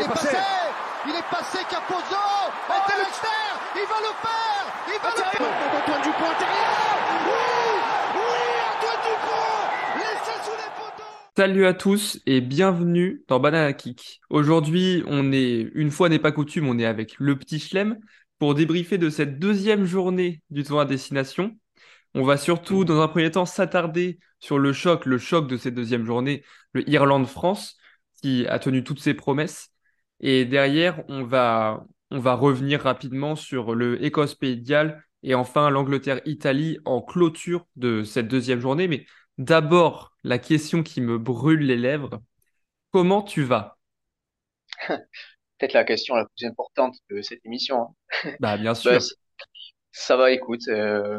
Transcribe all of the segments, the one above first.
est passé. Il est passé, Capozzo. Et Telexter, il va le faire. Il va le faire. Antoine Dupont intérieur. Oui, Antoine Dupont. Laissé sous les poteaux. Salut à tous et bienvenue dans Banana Kick. Aujourd'hui, une fois n'est pas coutume, on est avec le petit Chelem pour débriefer de cette deuxième journée du tournoi à destination. On va surtout, dans un premier temps, s'attarder sur le choc de cette deuxième journée, le Irlande-France, qui a tenu toutes ses promesses. Et derrière, on va revenir rapidement sur le Écosse-Pays de Galles et enfin l'Angleterre-Italie en clôture de cette deuxième journée. Mais d'abord, la question qui me brûle les lèvres, comment tu vas? Peut-être la question la plus importante de cette émission, hein. Bah bien Bah, sûr. ça va, écoute,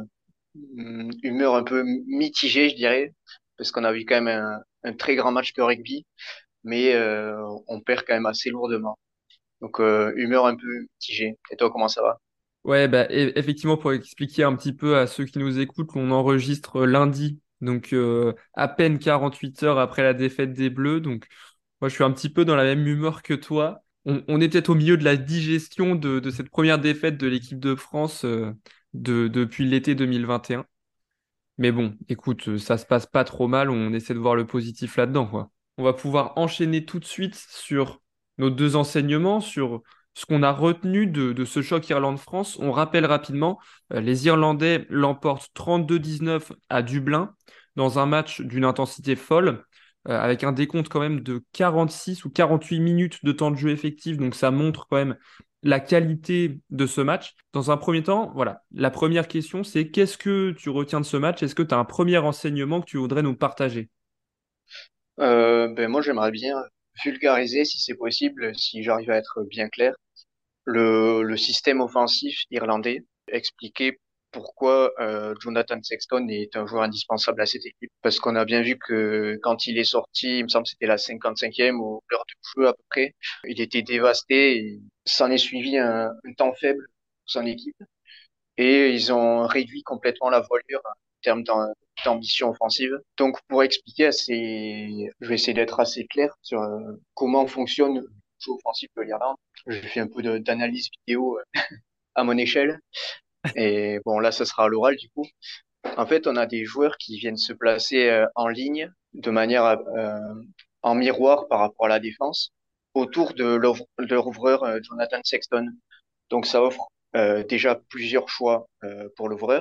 humeur un peu mitigée, je dirais, parce qu'on a vu quand même un très grand match de rugby, mais on perd quand même assez lourdement. Donc, humeur un peu mitigée. Et toi, comment ça va? Ouais, bah, effectivement, pour expliquer un petit peu à ceux qui nous écoutent, on enregistre lundi, donc à peine 48 heures après la défaite des Bleus. Donc, moi, je suis un petit peu dans la même humeur que toi. On est peut-être au milieu de la digestion de cette première défaite de l'équipe de France depuis l'été 2021. Mais bon, écoute, ça se passe pas trop mal. On essaie de voir le positif là-dedans, quoi. On va pouvoir enchaîner tout de suite sur nos deux enseignements, sur ce qu'on a retenu de ce choc Irlande-France. On rappelle rapidement, les Irlandais l'emportent 32-19 à Dublin dans un match d'une intensité folle, avec un décompte quand même de 46 ou 48 minutes de temps de jeu effectif. Donc ça montre quand même la qualité de ce match. Dans un premier temps, voilà, la première question, c'est qu'est-ce que tu retiens de ce match? Est-ce que tu as un premier enseignement que tu voudrais nous partager? Ben moi, j'aimerais bien vulgariser, si c'est possible, si j'arrive à être bien clair, le système offensif irlandais, expliquer pourquoi Jonathan Sexton est un joueur indispensable à cette équipe. Parce qu'on a bien vu que quand il est sorti, il me semble que c'était la 55e ou l'heure de jeu à peu près, il était dévasté et s'en est suivi un temps faible pour son équipe. Et ils ont réduit complètement la voilure en termes d'ambition offensive. Donc pour expliquer je vais essayer d'être assez clair sur comment fonctionne le jeu offensif de l'Irlande. J'ai fait un peu d'analyse vidéo à mon échelle. Et bon, là, ça sera à l'oral du coup. En fait, on a des joueurs qui viennent se placer en ligne de manière en miroir par rapport à la défense autour de leur ouvreur Jonathan Sexton. Donc ça offre déjà plusieurs choix pour l'ouvreur.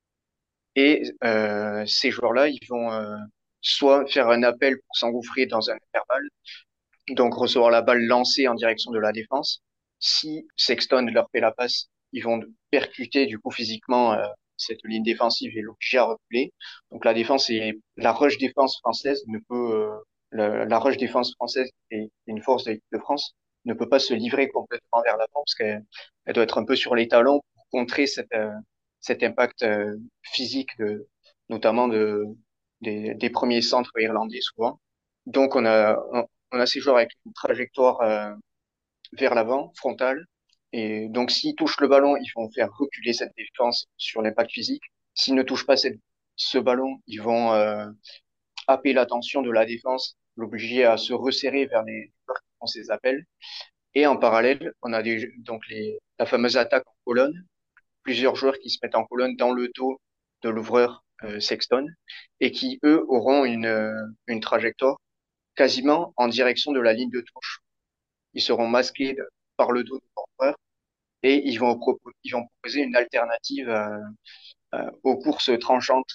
Et ces joueurs-là, ils vont soit faire un appel pour s'engouffrer dans un intervalle, donc recevoir la balle lancée en direction de la défense. Si Sexton leur fait la passe, ils vont percuter du coup physiquement cette ligne défensive et l'obliger à reculer. Donc la rush défense française ne peut la rush défense française est une force de l'équipe de France ne peut pas se livrer complètement vers l'avant parce qu'elle doit être un peu sur les talons pour contrer cet impact physique notamment des premiers centres irlandais souvent. Donc on a ces joueurs avec une trajectoire vers l'avant, frontale. Et donc, s'ils touchent le ballon, ils vont faire reculer cette défense sur l'impact physique. S'ils ne touchent pas ce ballon, ils vont happer l'attention de la défense, l'obliger à se resserrer vers les joueurs qui font ces appels. Et en parallèle, on a la fameuse attaque en colonne, plusieurs joueurs qui se mettent en colonne dans le dos de l'ouvreur Sexton et qui, eux, auront une trajectoire quasiment en direction de la ligne de touche. Ils seront masqués par le dos du porteur et ils vont proposer une alternative aux courses tranchantes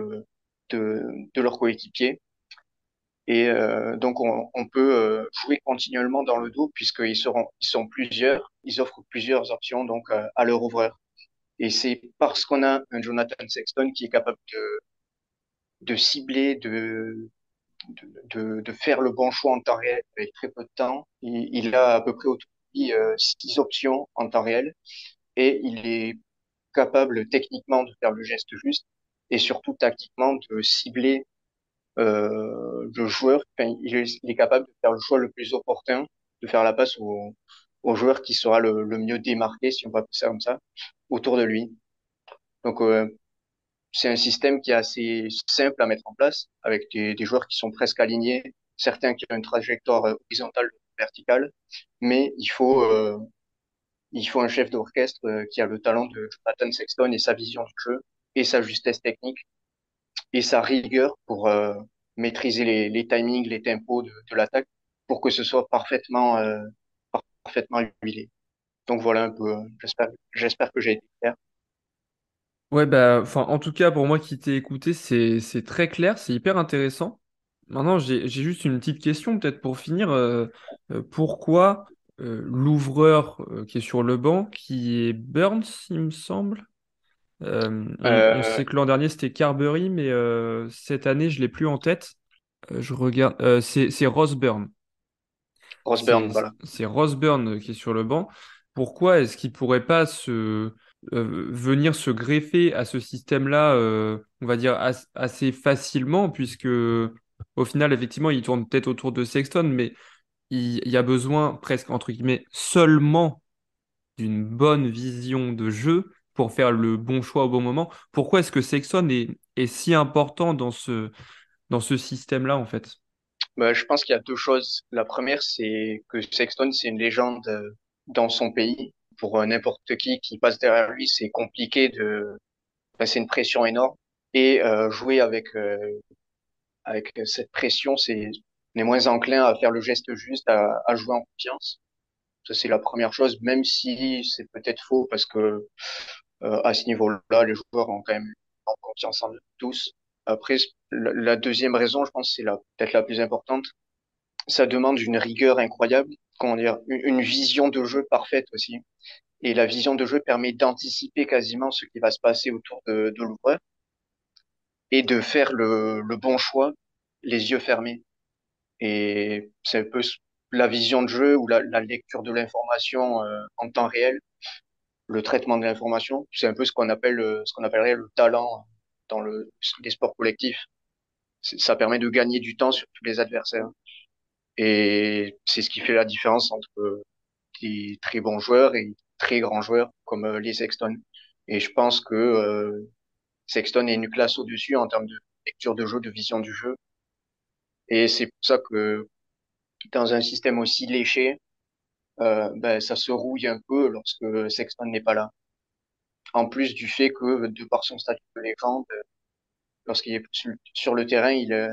de leurs coéquipiers. Et donc on peut jouer continuellement dans le dos ils sont plusieurs, ils offrent plusieurs options donc à leur ouvreur. Et c'est parce qu'on a un Jonathan Sexton qui est capable de cibler, de faire le bon choix en temps réel avec très peu de temps. Il a à peu près autour de lui 6 options en temps réel et il est capable techniquement de faire le geste juste et surtout tactiquement de cibler le joueur. Enfin, il est capable de faire le choix le plus opportun, de faire la passe au joueur qui sera le mieux démarqué, si on va appeler ça comme ça, autour de lui. Donc c'est un système qui est assez simple à mettre en place avec des joueurs qui sont presque alignés, certains qui ont une trajectoire horizontale verticale, mais il faut un chef d'orchestre qui a le talent de Jonathan Sexton et sa vision du jeu et sa justesse technique et sa rigueur pour maîtriser les timings, les tempos de l'attaque pour que ce soit parfaitement huilé. Donc voilà un peu, j'espère que j'ai été clair. Ouais, bah, enfin, en tout cas, pour moi qui t'ai écouté, c'est très clair, c'est hyper intéressant. Maintenant, j'ai juste une petite question, peut-être pour finir. Pourquoi l'ouvreur qui est sur le banc, qui est Burns, il me semble, on Euh, sait que l'an dernier c'était Carberry, mais cette année, je l'ai plus en tête. Je regarde, c'est Ross Byrne. Ross C'est Byrne, voilà. c'est Ross Byrne qui est sur le banc. Pourquoi est-ce qu'il pourrait pas venir se greffer à ce système-là, on va dire assez facilement, puisque au final, effectivement, il tourne peut-être autour de Sexton, mais il y a besoin presque, entre guillemets, seulement d'une bonne vision de jeu pour faire le bon choix au bon moment. Pourquoi est-ce que Sexton est si important dans ce système-là, en fait? Bah, je pense qu'il y a deux choses. La première, c'est que Sexton, c'est une légende dans son pays. Pour n'importe qui passe derrière lui, c'est compliqué c'est une pression énorme. Et jouer avec cette pression, on est moins enclin à faire le geste juste, à jouer en confiance. Ça, c'est la première chose, même si c'est peut-être faux parce que à ce niveau-là, les joueurs ont quand même en confiance en eux tous. Après, la deuxième raison, je pense, c'est peut-être la plus importante. Ça demande une rigueur incroyable, comment dire, une vision de jeu parfaite aussi. Et la vision de jeu permet d'anticiper quasiment ce qui va se passer autour de l'ouvreur et de faire le bon choix, les yeux fermés. Et c'est un peu la vision de jeu ou la lecture de l'information en temps réel, le traitement de l'information. C'est un peu ce qu'on appellerait le talent dans les sports collectifs. Ça permet de gagner du temps sur tous les adversaires. Et c'est ce qui fait la différence entre des très bons joueurs et très grands joueurs comme les Sexton. Et je pense que Sexton est une classe au-dessus en termes de lecture de jeu, de vision du jeu. Et c'est pour ça que dans un système aussi léché, ça se rouille un peu lorsque Sexton n'est pas là. En plus du fait que, de par son statut de légende, lorsqu'il est sur le terrain,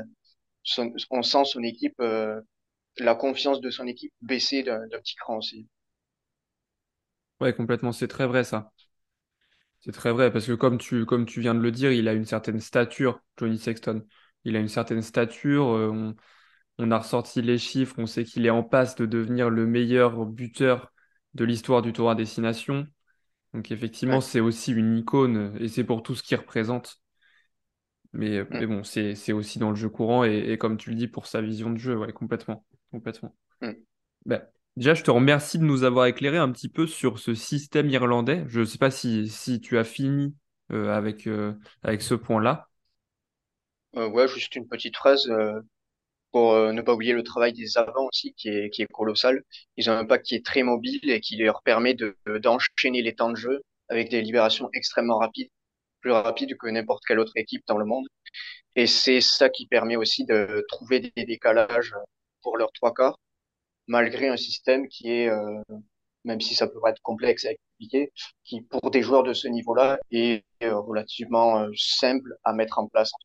on sent son équipe, la confiance de son équipe baisser d'un petit cran aussi. Ouais, complètement, c'est très vrai ça. C'est très vrai, parce que comme tu viens de le dire, il a une certaine stature, Johnny Sexton. Il a une certaine stature, on a ressorti les chiffres, on sait qu'il est en passe de devenir le meilleur buteur de l'histoire du tour à destination. Donc effectivement, Ouais. c'est aussi une icône, et c'est pour tout ce qu'il représente. Mm, Mais bon, c'est aussi dans le jeu courant, et comme tu le dis, pour sa vision de jeu, ouais, complètement. Complètement. mm. Ben, déjà, je te remercie de nous avoir éclairé un petit peu sur ce système irlandais. Je ne sais pas si tu as fini avec ce point-là. Ouais, juste une petite phrase pour ne pas oublier le travail des avants aussi qui est colossal. Ils ont un pack qui est très mobile et qui leur permet d'enchaîner les temps de jeu avec des libérations extrêmement rapides, plus rapides que n'importe quelle autre équipe dans le monde. Et c'est ça qui permet aussi de trouver des décalages pour leurs trois quarts, malgré un système qui est, même si ça peut être complexe à expliquer, qui pour des joueurs de ce niveau-là est relativement simple à mettre en place.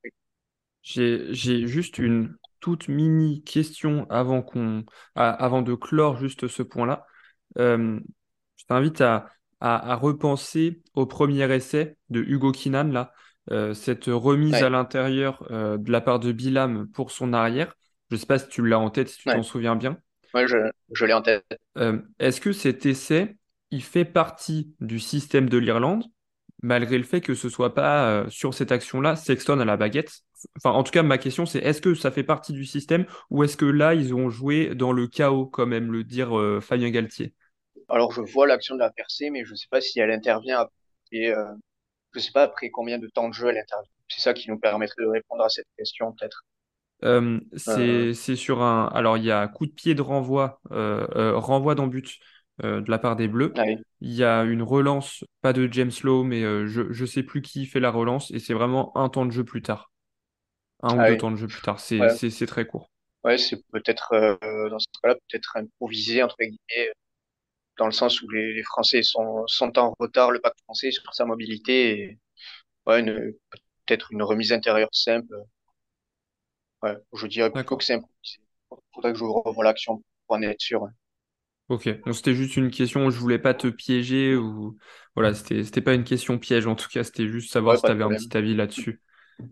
J'ai juste une toute mini question avant de clore juste ce point-là. Euh, je t'invite à repenser au premier essai de Hugo Kinan, là, cette remise à Ouais, l'intérieur de la part de Bilam pour son arrière. Je ne sais pas si tu l'as en tête, si tu t'en ouais, souviens bien. ouais, je l'ai en tête. Est-ce que cet essai, il fait partie du système de l'Irlande, malgré le fait que ce soit pas sur cette action-là, Sexton à la baguette? Enfin, en tout cas, ma question, c'est est-ce que ça fait partie du système ou est-ce que là, ils ont joué dans le chaos, comme aime le dire Fabien Galtier? Alors je vois l'action de la percée, mais je sais pas si elle intervient après, je sais pas après combien de temps de jeu elle intervient. C'est ça qui nous permettrait de répondre à cette question, peut-être. Euh, C'est sur un. Alors, il y a coup de pied de renvoi, renvoi dans but de la part des Bleus. ah oui, Il y a une relance, pas de James Lowe, mais je sais plus qui fait la relance, et c'est vraiment un temps de jeu plus tard. Un ou ah deux oui, temps de jeu plus tard. ouais, C'est très court. Ouais, c'est peut-être dans ce cas-là peut-être improvisé entre guillemets, dans le sens où les Français sont en retard, le pacte français sur sa mobilité. Et, ouais, peut-être une remise intérieure simple. Ouais, je dirais plutôt que D'accord. c'est improvisé. Faudrait que je revoie l'action pour en être sûr. Ouais. Ok. Donc c'était juste une question, je voulais pas te piéger ou voilà, c'était pas une question piège en tout cas, c'était juste savoir Ouais, si tu pas de avais un problème. petit avis là-dessus.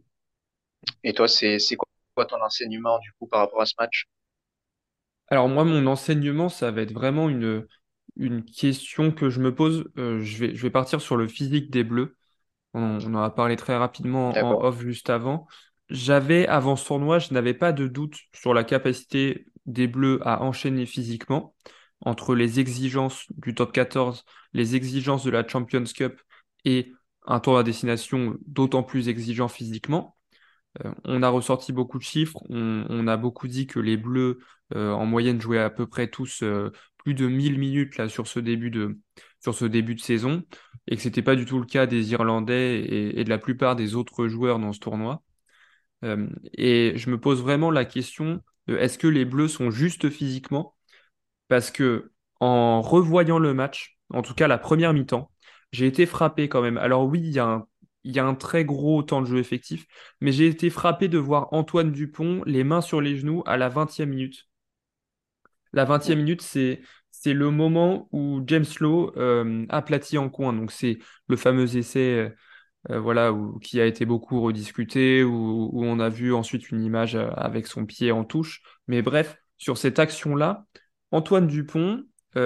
Et toi, c'est quoi ton enseignement du coup par rapport à ce match? Alors moi, mon enseignement, ça va être vraiment une question que je me pose. Je vais partir sur le physique des Bleus. On en a parlé très rapidement en D'accord. off juste avant. Avant ce tournoi, je n'avais pas de doute sur la capacité des Bleus à enchaîner physiquement entre les exigences du top 14, les exigences de la Champions Cup et un tour à destination d'autant plus exigeant physiquement. On a ressorti beaucoup de chiffres. On a beaucoup dit que les Bleus, en moyenne, jouaient à peu près tous plus de 1000 minutes là, sur ce début de saison et que c'était pas du tout le cas des Irlandais et de la plupart des autres joueurs dans ce tournoi. Et je me pose vraiment la question de est-ce que les Bleus sont justes physiquement? Parce que en revoyant le match, en tout cas la première mi-temps, j'ai été frappé quand même. Alors oui, il y a un très gros temps de jeu effectif, mais j'ai été frappé de voir Antoine Dupont les mains sur les genoux à la 20e minute. La 20e minute, c'est le moment où James Lowe aplatit en coin. Donc c'est le fameux essai voilà, qui a été beaucoup rediscuté, où on a vu ensuite une image avec son pied en touche. Mais bref, sur cette action-là, Antoine Dupont,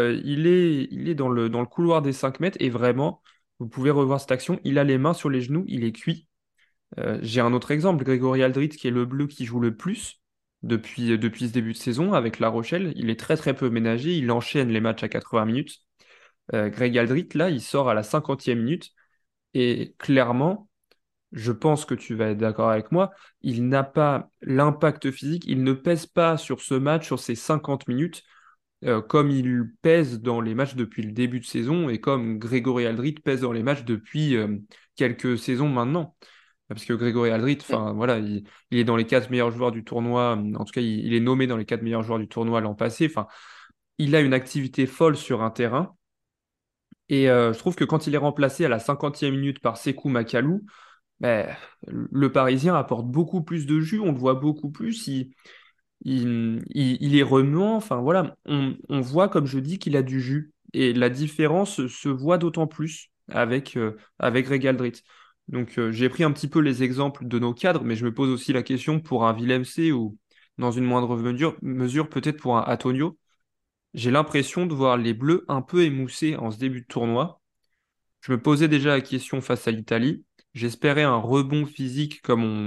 il est dans le couloir des 5 mètres et vraiment, vous pouvez revoir cette action, il a les mains sur les genoux, il est cuit. J'ai un autre exemple, Grégory Aldrit, qui est le bleu qui joue le plus depuis ce début de saison avec La Rochelle. Il est très très peu ménagé, il enchaîne les matchs à 80 minutes. Greg Aldrit, là, il sort à la 50e minute et clairement, je pense que tu vas être d'accord avec moi, il n'a pas l'impact physique, il ne pèse pas sur ce match, sur ces 50 minutes, comme il pèse dans les matchs depuis le début de saison et comme Grégory Aldrit pèse dans les matchs depuis quelques saisons maintenant. Parce que Grégory Aldrit, Hmm. enfin voilà, il est dans les 4 meilleurs joueurs du tournoi, en tout cas il est nommé dans les 4 meilleurs joueurs du tournoi l'an passé, enfin il a une activité folle sur un terrain. Et je trouve que quand il est remplacé à la 50e minute par Sekou Makalou, ben, le Parisien apporte beaucoup plus de jus, on le voit beaucoup plus, il est remuant, enfin voilà, on voit, comme je dis, qu'il a du jus. Et la différence se voit d'autant plus avec Regaldrit. Donc j'ai pris un petit peu les exemples de nos cadres, mais je me pose aussi la question pour un Willem C ou dans une moindre mesure peut-être pour un Antonio. J'ai l'impression de voir les Bleus un peu émoussés en ce début de tournoi. Je me posais déjà la question face à l'Italie. J'espérais un rebond physique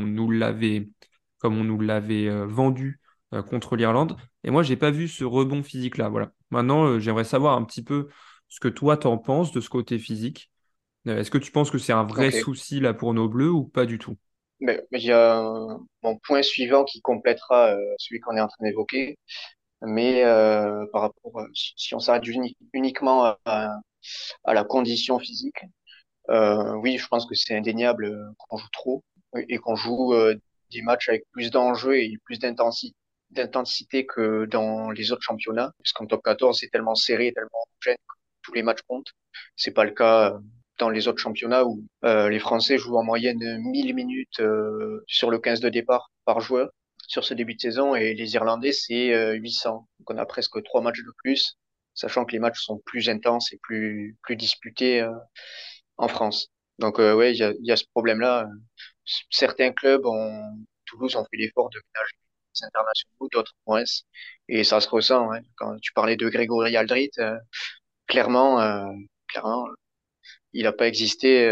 comme on nous l'avait vendu contre l'Irlande. Et moi, j'ai pas vu ce rebond physique-là. Voilà. Maintenant, j'aimerais savoir un petit peu ce que toi t'en penses de ce côté physique. Est-ce que tu penses que c'est un vrai Ok. souci là pour nos Bleus ou pas du tout? Mais il y a mon point suivant qui complétera celui qu'on est en train d'évoquer. Mais par rapport, si on s'arrête uniquement à la condition physique, oui, je pense que c'est indéniable qu'on joue trop et qu'on joue des matchs avec plus d'enjeux et plus d'intensité que dans les autres championnats. Parce qu'en top 14, c'est tellement serré, tellement homogène que tous les matchs comptent. C'est pas le cas dans les autres championnats où les Français jouent en moyenne 1000 minutes sur le 15 de départ par joueur sur ce début de saison et les Irlandais, c'est 800. Donc on a presque 3 matchs de plus, sachant que les matchs sont plus intenses et plus disputés en France. Donc ouais, il y a ce problème-là. Certains clubs Toulouse ont fait l'effort de ménager les internationaux, d'autres moins. Et ça se ressent. Hein. Quand tu parlais de Grégory Aldrit, clairement, clairement, il n'a pas existé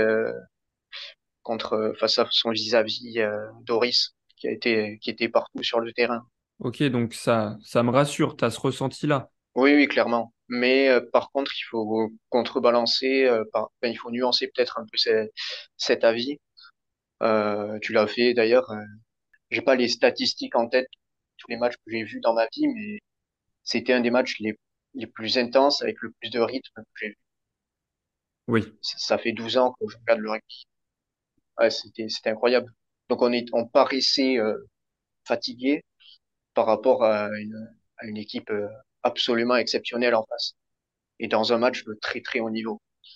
face à son vis-à-vis Doris, qui était partout sur le terrain. Ok, donc ça me rassure, tu as ce ressenti-là. Oui, oui, clairement. Mais par contre, il faut contrebalancer, il faut nuancer peut-être un peu cet avis. Tu l'as fait d'ailleurs. J'ai pas les statistiques en tête, tous les matchs que j'ai vus dans ma vie, mais c'était un des matchs les plus intenses avec le plus de rythme que j'ai vu. Oui. Ça fait 12 ans que je regarde le rugby. Ouais, c'était incroyable. Donc on paraissait fatigué, par rapport à une équipe absolument exceptionnelle en face et dans un match de très très haut niveau.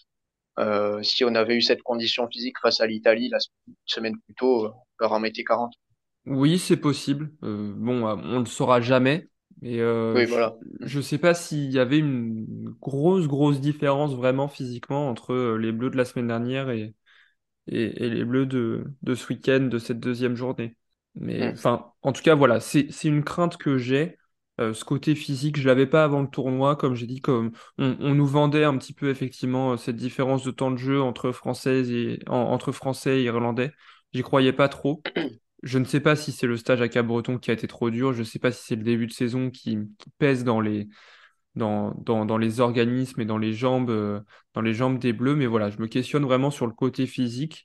Si on avait eu cette condition physique face à l'Italie une semaine plus tôt, on leur en mettait 40. Oui, c'est possible. Bon, on le saura jamais. Mais Oui, voilà. je sais pas s'il y avait une grosse différence vraiment physiquement entre les Bleus de la semaine dernière et les Bleus de ce week-end, de cette deuxième journée. Mais Mm. enfin, en tout cas, voilà, c'est une crainte que j'ai. Ce côté physique, je l'avais pas avant le tournoi, comme j'ai dit, comme on nous vendait un petit peu effectivement cette différence de temps de jeu entre Français et Irlandais. J'y croyais pas trop. Je ne sais pas si c'est le stage à Cap-Breton qui a été trop dur. Je ne sais pas si c'est le début de saison qui pèse dans les organismes et dans les jambes des Bleus. Mais voilà, je me questionne vraiment sur le côté physique.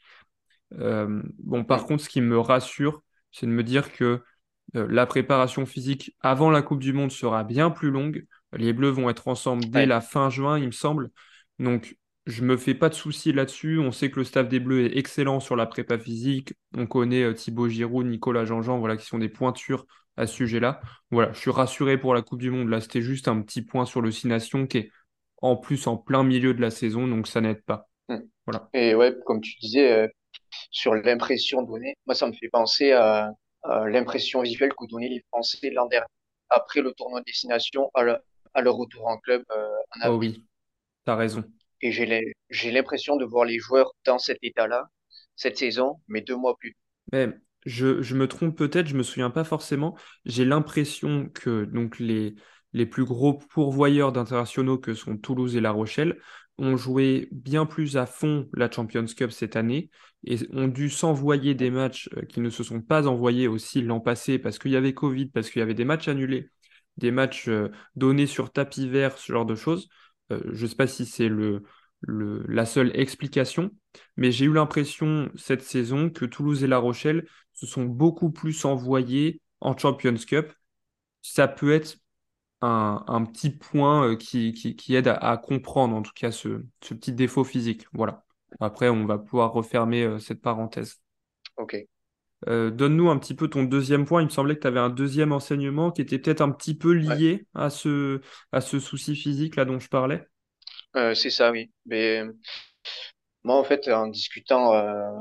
Bon, par Mm. contre, ce qui me rassure, c'est de me dire que la préparation physique avant la Coupe du Monde sera bien plus longue. Les Bleus vont être ensemble dès Ouais. la fin juin, il me semble. Donc, je me fais pas de soucis là-dessus. On sait que le staff des Bleus est excellent sur la prépa physique. On connaît Thibaut Giroud, Nicolas Jean-Jean, voilà, qui sont des pointures à ce sujet-là. Voilà, je suis rassuré pour la Coupe du Monde. Là, c'était juste un petit point sur le 6 Nations qui est en plus en plein milieu de la saison, donc ça n'aide pas. Mm. Voilà. Et ouais, comme tu disais, sur l'impression donnée, moi ça me fait penser à l'impression visuelle que donnaient les Français l'an dernier après le tournoi de destination à leur retour en club en Oh avril. oui, t'as raison. Et j'ai l'impression de voir les joueurs dans cet état-là cette saison, mais 2 mois plus tôt. Mais je me trompe peut-être, je me souviens pas forcément. J'ai l'impression que donc les plus gros pourvoyeurs d'internationaux que sont Toulouse et La Rochelle ont joué bien plus à fond la Champions Cup cette année et ont dû s'envoyer des matchs qui ne se sont pas envoyés aussi l'an passé parce qu'il y avait Covid, parce qu'il y avait des matchs annulés, des matchs donnés sur tapis vert, ce genre de choses. Je ne sais pas si c'est la seule explication. Mais j'ai eu l'impression cette saison que Toulouse et La Rochelle se sont beaucoup plus envoyés en Champions Cup. Ça peut être un petit point qui aide à comprendre en tout cas ce petit défaut physique. Voilà. Après, on va pouvoir refermer cette parenthèse. Ok. Donne-nous un petit peu ton deuxième point. Il me semblait que tu avais un deuxième enseignement qui était peut-être un petit peu Ouais. lié à ce souci physique là dont je parlais. C'est ça, oui. Mais moi, en fait, en discutant,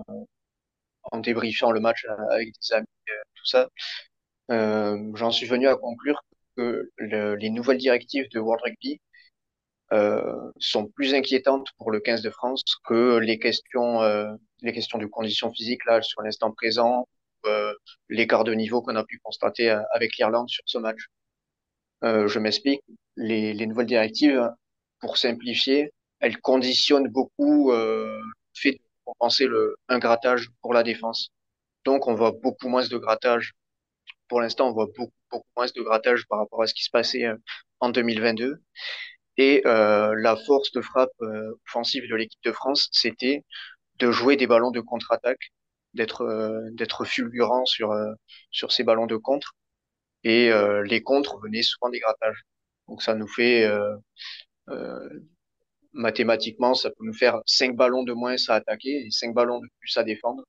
en débriefant le match avec des amis, tout ça, j'en suis venu à conclure que les nouvelles directives de World Rugby sont plus inquiétantes pour le 15 de France que les questions de conditions physiques là sur l'instant présent, l'écart de niveau qu'on a pu constater avec l'Irlande sur ce match. Je m'explique. Les nouvelles directives, pour simplifier, elles conditionnent beaucoup le fait de compenser un grattage pour la défense. Donc, on voit beaucoup moins de grattage. Pour l'instant, on voit beaucoup moins de grattage par rapport à ce qui se passait en 2022. Et la force de frappe offensive de l'équipe de France, c'était de jouer des ballons de contre-attaque, d'être fulgurant sur ces ballons de contre. Et les contres venaient souvent des grattages. Donc ça nous fait euh, mathématiquement, ça peut nous faire 5 ballons de moins à attaquer et 5 ballons de plus à défendre.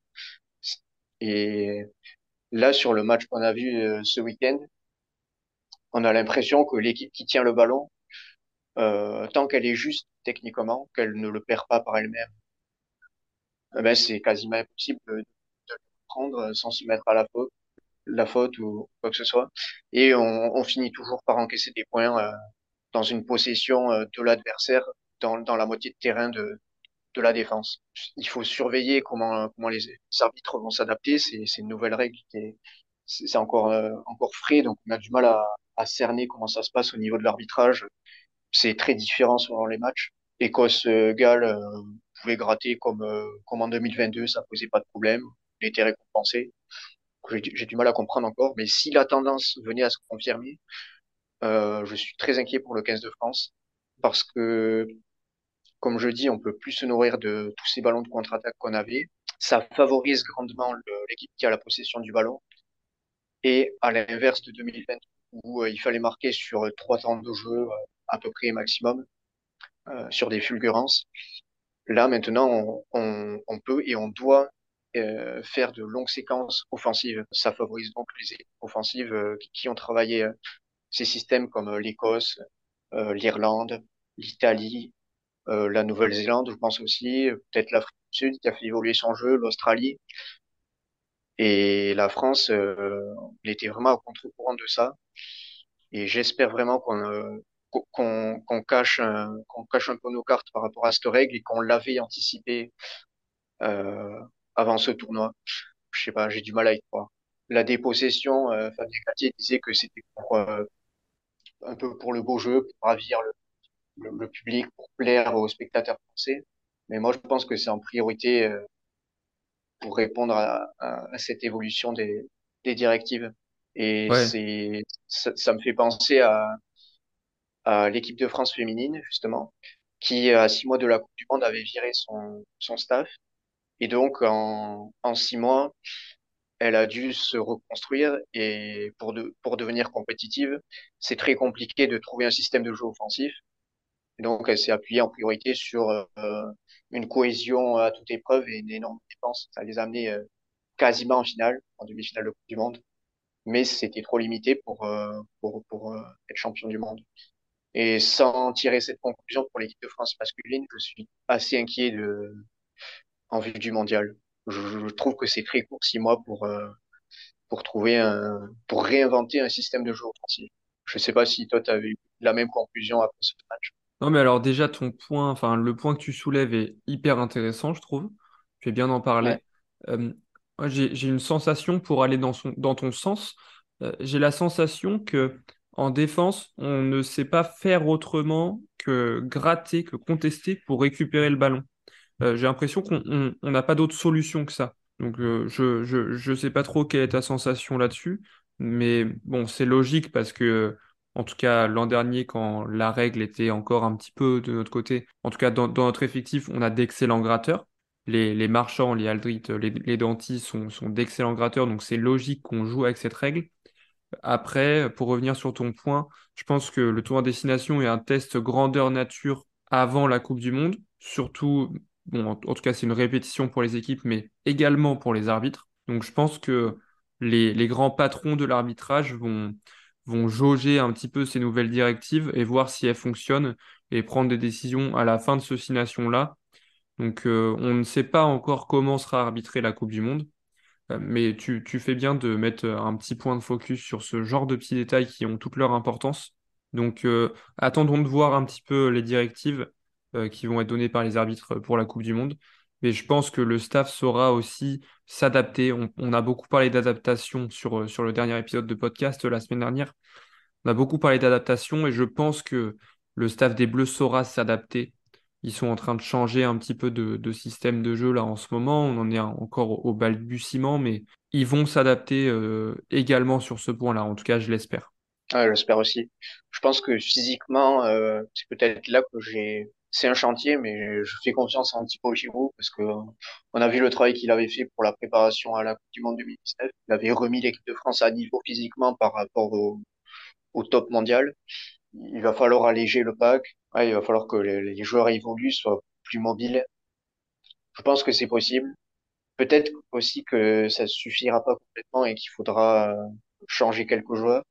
Et là, sur le match qu'on a vu ce week-end, on a l'impression que l'équipe qui tient le ballon, tant qu'elle est juste techniquement, qu'elle ne le perd pas par elle-même, eh ben, c'est quasiment impossible de le prendre sans se mettre à la faute ou quoi que ce soit. Et on finit toujours par encaisser des points dans une possession de l'adversaire dans la moitié de terrain de la défense. Il faut surveiller comment les arbitres vont s'adapter. C'est une nouvelle règle c'est encore frais, donc on a du mal à cerner comment ça se passe au niveau de l'arbitrage. C'est très différent selon les matchs. Écosse-Galles pouvait gratter comme en 2022, ça posait pas de problème. Il était récompensé. J'ai du mal à comprendre encore, mais si la tendance venait à se confirmer, je suis très inquiet pour le 15 de France parce que, comme je dis, on peut plus se nourrir de tous ces ballons de contre-attaque qu'on avait. Ça favorise grandement l'équipe qui a la possession du ballon. Et à l'inverse de 2020, où il fallait marquer sur 3 temps de jeu à peu près maximum, sur des fulgurances. Là, maintenant, on peut et on doit faire de longues séquences offensives. Ça favorise donc les équipes offensives qui ont travaillé ces systèmes comme l'Écosse, l'Irlande, l'Italie, la Nouvelle-Zélande, je pense aussi, peut-être l'Afrique du Sud qui a fait évoluer son jeu, l'Australie. Et la France, elle était vraiment à contre-courant de ça. Et j'espère vraiment qu'on cache un peu nos cartes par rapport à cette règle et qu'on l'avait anticipé euh, avant ce tournoi. Je sais pas, j'ai du mal à y croire. La dépossession, Fabien Galtier disait que c'était un peu pour le beau jeu, pour ravir le public, pour plaire aux spectateurs français. Mais moi, je pense que c'est en priorité pour répondre à cette évolution des directives. Et Ouais, ça me fait penser à l'équipe de France féminine, justement, qui, à 6 mois de la Coupe du Monde, avait viré son staff. Et donc, en 6 mois, elle a dû se reconstruire. Et pour devenir compétitive, c'est très compliqué de trouver un système de jeu offensif. Et donc, elle s'est appuyée en priorité sur une cohésion à toute épreuve et une énorme défense. Ça les a amenés quasiment en finale, en demi-finale de Coupe du Monde. Mais c'était trop limité pour être champion du monde. Et sans tirer cette conclusion pour l'équipe de France masculine, je suis assez inquiet en vue du mondial. Je trouve que c'est très court, 6 mois pour pour réinventer un système de jeu offensif. Je sais pas si toi, tu avais eu la même conclusion après ce match. non mais alors déjà ton point, enfin le point que tu soulèves est hyper intéressant, je trouve. Je vais bien en Ouais, parler. Euh, Moi j'ai une sensation pour aller dans ton sens. J'ai la sensation que en défense, on ne sait pas faire autrement que gratter, que contester pour récupérer le ballon. J'ai l'impression qu'on n'a pas d'autre solution que ça. Donc je sais pas trop quelle est ta sensation là-dessus, mais bon, c'est logique parce que, en tout cas, l'an dernier, quand la règle était encore un petit peu de notre côté, en tout cas dans notre effectif, on a d'excellents gratteurs. Les Marchands, les Aldrit, les Danty sont d'excellents gratteurs, donc c'est logique qu'on joue avec cette règle. Après, pour revenir sur ton point, je pense que le tour en destination est un test grandeur nature avant la Coupe du Monde. Surtout, bon, en tout cas, c'est une répétition pour les équipes, mais également pour les arbitres. Donc, je pense que les grands patrons de l'arbitrage vont jauger un petit peu ces nouvelles directives et voir si elles fonctionnent et prendre des décisions à la fin de ce nation-là. Donc, on ne sait pas encore comment sera arbitrée la Coupe du Monde. Mais tu fais bien de mettre un petit point de focus sur ce genre de petits détails qui ont toute leur importance. Donc, attendons de voir un petit peu les directives qui vont être données par les arbitres pour la Coupe du Monde. Mais je pense que le staff saura aussi s'adapter. On a beaucoup parlé d'adaptation sur le dernier épisode de podcast la semaine dernière. On a beaucoup parlé d'adaptation et je pense que le staff des Bleus saura s'adapter. Ils sont en train de changer un petit peu de système de jeu là en ce moment. On en est encore au balbutiement, mais ils vont s'adapter également sur ce point-là. En tout cas, je l'espère. ouais, j'espère aussi. Je pense que physiquement, c'est peut-être là que c'est un chantier, mais je fais confiance en Thibaut Giroud parce que on a vu le travail qu'il avait fait pour la préparation à la Coupe du Monde 2019. Il avait remis l'équipe de France à niveau physiquement par rapport au top mondial. Il va falloir alléger le pack. Ouais, il va falloir que les joueurs évoluent, soient plus mobiles. Je pense que c'est possible. Peut-être aussi que ça suffira pas complètement et qu'il faudra changer quelques joueurs.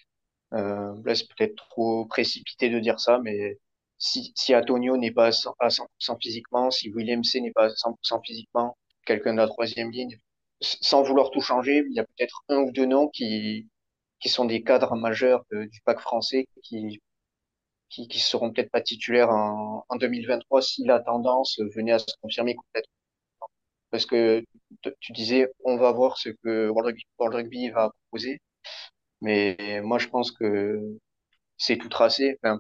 Là, c'est peut-être trop précipité de dire ça, mais si Antonio n'est pas à 100% physiquement, si William C n'est pas à 100% physiquement, quelqu'un de la troisième ligne, sans vouloir tout changer, il y a peut-être un ou deux noms qui sont des cadres majeurs du pack français qui seront peut-être pas titulaires en 2023 si la tendance venait à se confirmer complètement. Parce que tu disais, on va voir ce que World Rugby va proposer, mais moi je pense que c'est tout tracé. Enfin,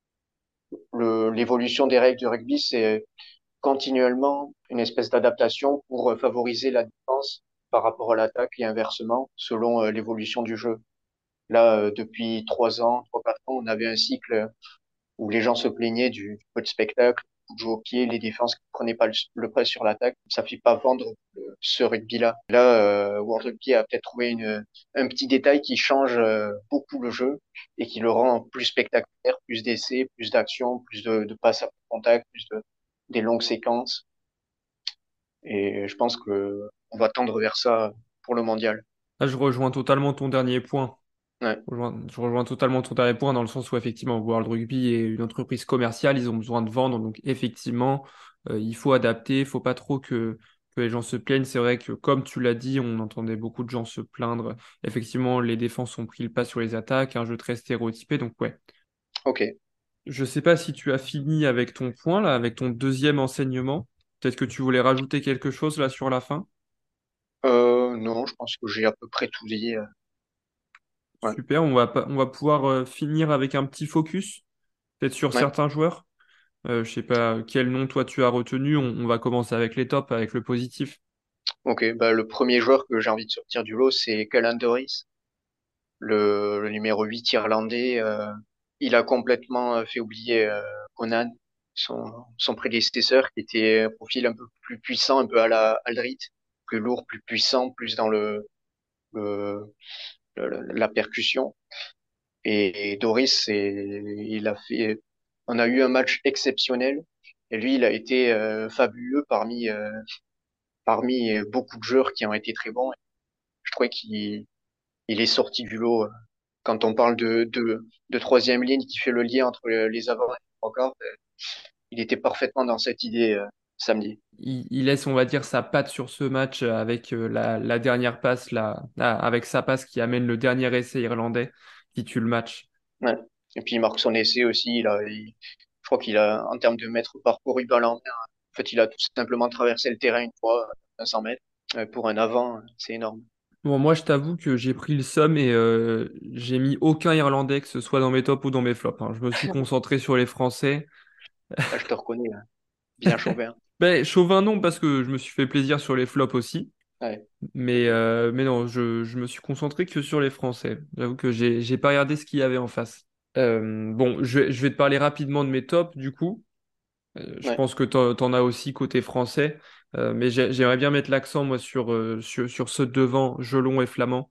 l'évolution des règles du rugby, c'est continuellement une espèce d'adaptation pour favoriser la défense par rapport à l'attaque et inversement selon l'évolution du jeu. Là, depuis 3 ans, 3, 4 ans, on avait un cycle où les gens se plaignaient du peu de spectacle, du jeu au pied, les défenses qui prenaient pas le press sur l'attaque. Ça fait pas vendre ce rugby-là. Là, World Rugby a peut-être trouvé un petit détail qui change beaucoup le jeu et qui le rend plus spectaculaire, plus d'essais, plus d'actions, plus de passes à contact, des longues séquences. Et je pense que on va tendre vers ça pour le mondial. Là, je rejoins totalement ton dernier point. Ouais, Je rejoins totalement ton dernier point dans le sens où effectivement World Rugby est une entreprise commerciale, ils ont besoin de vendre, donc effectivement il faut adapter, il faut pas trop que les gens se plaignent. C'est vrai que comme tu l'as dit, on entendait beaucoup de gens se plaindre. Effectivement, les défenses ont pris le pas sur les attaques, un jeu très stéréotypé, donc ouais. ok. Je sais pas si tu as fini avec ton point là, avec ton deuxième enseignement. Peut-être que tu voulais rajouter quelque chose là sur la fin. Non, je pense que j'ai à peu près tout dit. Ouais, Super, on va pouvoir finir avec un petit focus, peut-être sur ouais. certains joueurs. Je sais pas quel nom toi tu as retenu. On va commencer avec les tops, avec le positif. Ok, bah, le premier joueur que j'ai envie de sortir du lot, c'est Callan Doris, le numéro 8 irlandais. Il a complètement fait oublier Conan, son prédécesseur, qui était un profil un peu plus puissant, un peu à la Aldrit, plus lourd, plus puissant, plus dans le, la percussion. Et Doris, il a fait, on a eu un match exceptionnel. Et lui, il a été fabuleux parmi beaucoup de joueurs qui ont été très bons. Je trouvais qu'il est sorti du lot. Quand on parle de troisième ligne qui fait le lien entre les avants et les trois quarts, il était parfaitement dans cette idée samedi. Il laisse, on va dire, sa patte sur ce match avec la dernière passe, avec sa passe qui amène le dernier essai irlandais qui tue le match. Ouais. Et puis il marque son essai aussi. Je crois qu'il a, en termes de mètres parcourus balle en main, en fait, il a tout simplement traversé le terrain une fois, 500 mètres. Pour un avant, c'est énorme. Bon, moi, je t'avoue que j'ai pris le somme et j'ai mis aucun Irlandais, que ce soit dans mes tops ou dans mes flops, hein. Je me suis concentré sur les Français. Là, je te reconnais, hein. Bien chauvin. Ben, Chauvin, non, parce que je me suis fait plaisir sur les flops aussi. Ouais. Mais non, je me suis concentré que sur les Français. J'avoue que j'ai pas regardé ce qu'il y avait en face. Bon, je vais te parler rapidement de mes tops, du coup. Je Ouais. pense que t'en as aussi côté français. Mais j'aimerais bien mettre l'accent, moi, sur ceux de devant, Jelon et Flamand,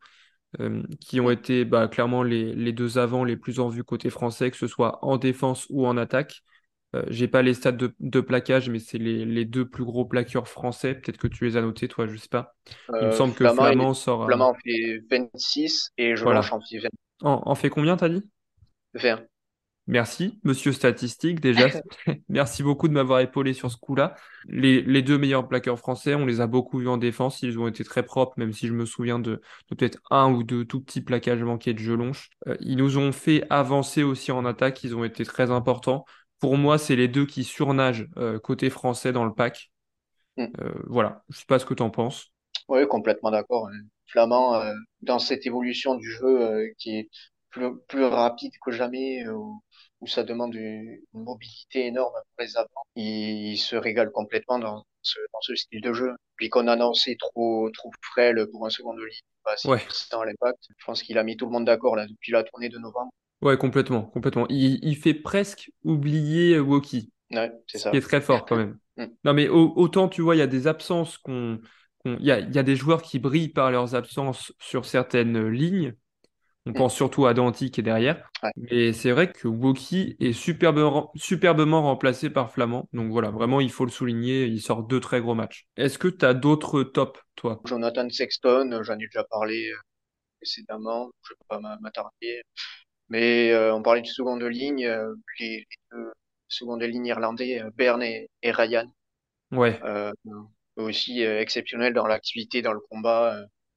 qui ont Mm. été bah, clairement les deux avants les plus en vue côté français, que ce soit en défense ou en attaque. J'ai pas les stats de plaquage, mais c'est les deux plus gros plaqueurs français. Peut-être que tu les as notés, toi, je sais pas. Il me semble que Flamand, Flamand. Flamand en fait 26 et Jelonche Voilà. en fait 20. En fait combien, t'as dit? 20. Merci, monsieur statistique, déjà. Merci beaucoup de m'avoir épaulé sur ce coup-là. Les deux meilleurs plaqueurs français, on les a beaucoup vus en défense. Ils ont été très propres, même si je me souviens de peut-être un ou deux tout petits plaquages manqués de Jelonche. Ils nous ont fait avancer aussi en attaque. Ils ont été très importants. Pour moi, c'est les deux qui surnagent côté français dans le pack. Mm. Voilà, je sais pas ce que tu en penses. Oui, complètement d'accord, hein. Flamand, dans cette évolution du jeu qui est plus rapide que jamais, où ça demande une mobilité énorme pour les avants, il se régale complètement dans ce style de jeu. Puis qu'on annonçait trop frêle pour un second de ligne, pas assez Ouais, puissant à l'impact. Je pense qu'il a mis tout le monde d'accord là depuis la tournée de novembre. ouais, complètement, complètement. Il fait presque oublier Woki, Ouais, c'est ce qui ça. est très fort quand même. Mm. Non, mais autant, tu vois, il y a des absences il y a des joueurs qui brillent par leurs absences sur certaines lignes. On Mm. pense surtout à Danti qui est derrière. Ouais. Mais c'est vrai que Woki est superbement remplacé par Flamand. Donc voilà, vraiment, il faut le souligner. Il sort deux très gros matchs. Est-ce que tu as d'autres tops, toi? Jonathan Sexton, j'en ai déjà parlé précédemment, je ne vais pas m'attarder. Mais on parlait de seconde ligne, les deux secondes lignes irlandais, Byrne et Ryan, Ouais, eux aussi exceptionnels dans l'activité, dans le combat.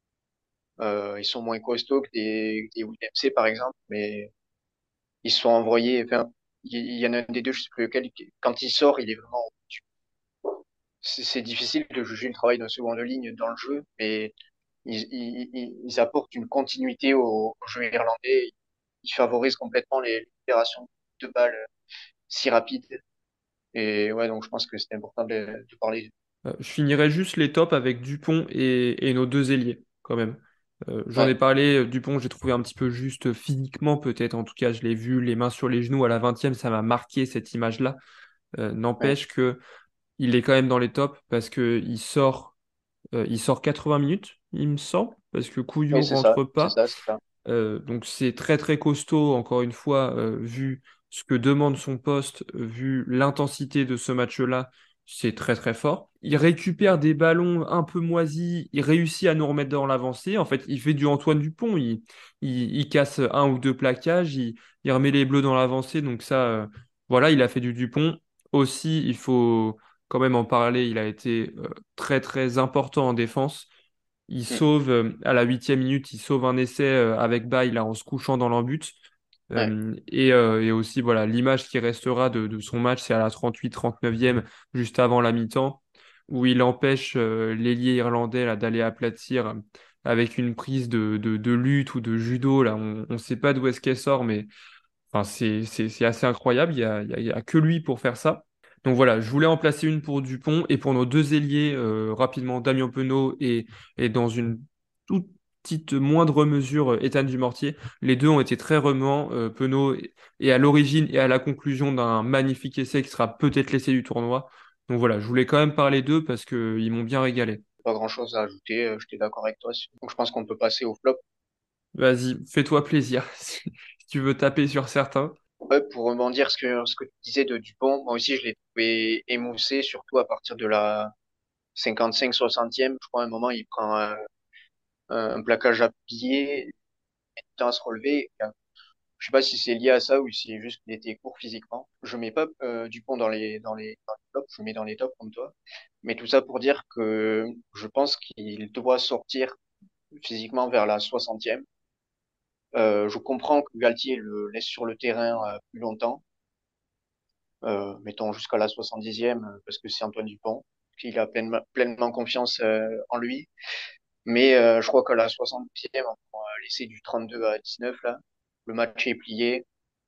Ils sont moins costauds que des WMC par exemple, mais ils se sont envoyés. Enfin, il y en a un des deux, je sais plus lequel, quand il sort, il est vraiment. C'est difficile de juger le travail d'un seconde ligne dans le jeu, mais ils apportent une continuité au jeu irlandais. Ils favorisent complètement les libérations de balles si rapides. Et ouais, donc je pense que c'était important de parler. Je finirai juste les tops avec Dupont et nos deux ailiers, quand même. J'en ai Ouais, parlé, Dupont, j'ai trouvé un petit peu juste physiquement, peut-être. En tout cas, je l'ai vu, les mains sur les genoux à la 20e, ça m'a marqué cette image-là. ouais, N'empêche que il est quand même dans les tops parce que il sort 80 minutes, il me semble, parce que oui, Couillou c'est ça, rentre c'est pas. ça, c'est ça. Donc c'est très très costaud, encore une fois, vu ce que demande son poste, vu l'intensité de ce match-là. c'est très très fort. Il récupère des ballons un peu moisis, il réussit à nous remettre dans l'avancée. En fait, il fait du Antoine Dupont, il casse un ou deux plaquages, il remet les Bleus dans l'avancée. Donc ça, voilà, il a fait du Dupont. Aussi, il faut quand même en parler, il a été très très important en défense. Il Mm. sauve, à la 8e minute, il sauve un essai avec Baye là, en se couchant dans l'embut. Ouais. Et aussi, voilà, l'image qui restera de son match, c'est à la 38-39e, juste avant la mi-temps, où il empêche l'ailier irlandais là, d'aller aplatir avec une prise de lutte ou de judo. Là. On ne sait pas d'où est-ce qu'elle sort, mais enfin, c'est assez incroyable. Il y a que lui pour faire ça. Donc voilà, je voulais en placer une pour Dupont et pour nos deux ailiers, rapidement, Damien Penaud et dans une toute petite moindre mesure, Étienne Dumortier. Les deux ont été très remuants. Penaud est à l'origine et à la conclusion d'un magnifique essai qui sera peut-être l'essai du tournoi. Donc voilà, je voulais quand même parler d'eux parce qu'ils m'ont bien régalé. Pas grand-chose à ajouter, j'étais d'accord avec toi. Donc je pense qu'on peut passer au flop. Vas-y, fais-toi plaisir si tu veux taper sur certains. Ouais, pour rebondir ce que tu disais de Dupont, moi aussi je l'ai trouvé émoussé, surtout à partir de la 55-60e. Je crois à un moment il prend un plaquage à pied, il temps à se relever. Je sais pas si c'est lié à ça ou si c'est juste qu'il était court physiquement. Je mets pas Dupont dans les tops, je le mets dans les tops comme toi. Mais tout ça pour dire que je pense qu'il doit sortir physiquement vers la 60e. Je comprends que Galtier le laisse sur le terrain plus longtemps, mettons jusqu'à la 70e, parce que c'est Antoine Dupont, qu'il a pleinement confiance en lui. Mais je crois qu'à la 60e, on va laisser du 32 à 19 là. Le match est plié,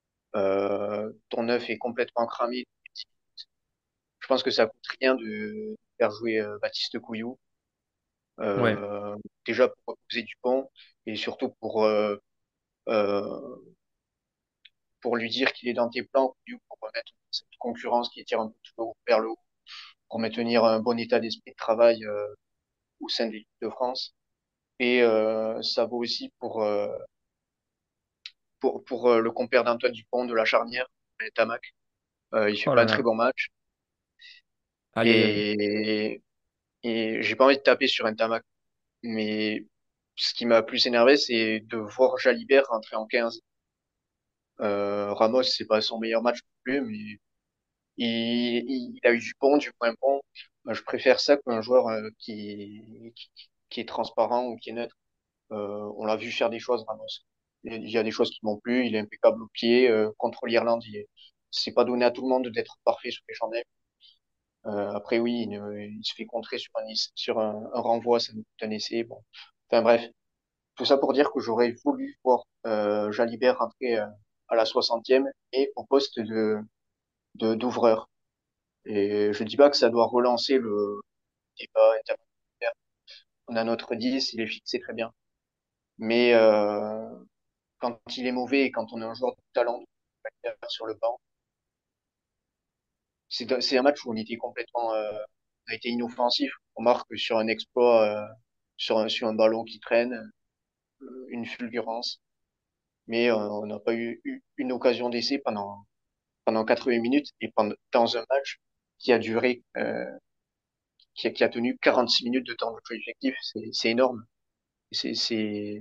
ton neuf est complètement cramé. Je pense que ça coûte rien de faire jouer Baptiste Couillou, Ouais, euh, déjà pour reposer Dupont et surtout euh, pour lui dire qu'il est dans tes plans, pour remettre cette concurrence qui tire un peu toujours vers le haut, pour maintenir un bon état d'esprit de travail au sein de l'équipe de France. Et ça vaut aussi pour le compère d'Antoine Dupont de la charnière, Tamac. Il fait oh pas là un très là, bon match. aïe aïe aïe. Et, et j'ai pas envie de taper sur un Tamac. Mais ce qui m'a plus énervé, c'est de voir Jalibert rentrer en 15. Ramos, c'est pas son meilleur match non plus, mais il a eu du point bon. Moi, je préfère ça qu'un joueur qui est transparent ou qui est neutre. On l'a vu faire des choses, Ramos. Il y a des choses qui m'ont plu. Il est impeccable au pied. Contre l'Irlande, c'est pas donné à tout le monde d'être parfait sur les chandelles. Après, oui, il se fait contrer sur un renvoi, ça nous coûte un essai. Bon. Enfin bref, tout ça pour dire que j'aurais voulu voir Jalibert rentrer à la 60e et au poste d'ouvreur. Et je dis pas que ça doit relancer le débat intermédiaire. On a notre 10, il est fixé très bien. Mais quand il est mauvais et quand on a un joueur de talent sur le banc, c'est un match où on était complètement, on a été inoffensif. On marque sur un exploit, sur un ballon qui traîne, une fulgurance. Mais on n'a pas eu une occasion d'essai pendant 80 minutes et dans un match qui a duré, qui a tenu 46 minutes de temps de jeu effectif. C'est énorme. C'est,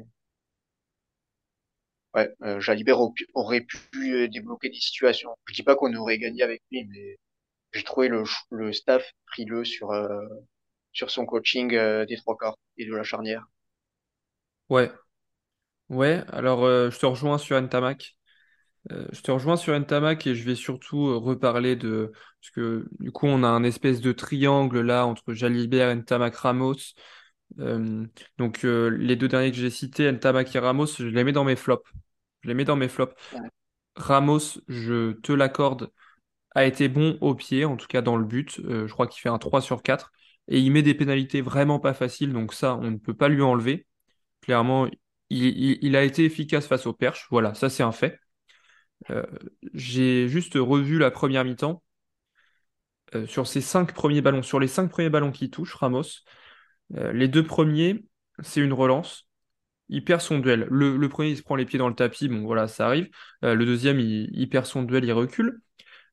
ouais, Jalibert aurait pu débloquer des situations. Je dis pas qu'on aurait gagné avec lui, mais j'ai trouvé le staff frileux sur son coaching des trois quarts et de la charnière. Ouais, ouais, alors je te rejoins sur Ntamak. Je te rejoins sur Ntamak et je vais surtout reparler de... Parce que du coup, on a un espèce de triangle là entre Jalibert, Ntamak, Ramos. Les deux derniers que j'ai cités, Ntamak et Ramos, je les mets dans mes flops. Je les mets dans mes flops. Ouais. Ramos, je te l'accorde, a été bon au pied, en tout cas dans le but. Je crois qu'il fait un 3 sur 4. Et il met des pénalités vraiment pas faciles, donc ça, on ne peut pas lui enlever. Clairement, il a été efficace face au Perche. Voilà, ça c'est un fait. Euh, j'ai juste revu la première mi-temps. Sur ses 5 premiers ballons, sur les 5 premiers ballons qu'il touche, Ramos, les deux premiers, c'est une relance. Il perd son duel. Le premier, il se prend les pieds dans le tapis. Bon, voilà, ça arrive. Le deuxième, il perd son duel, il recule.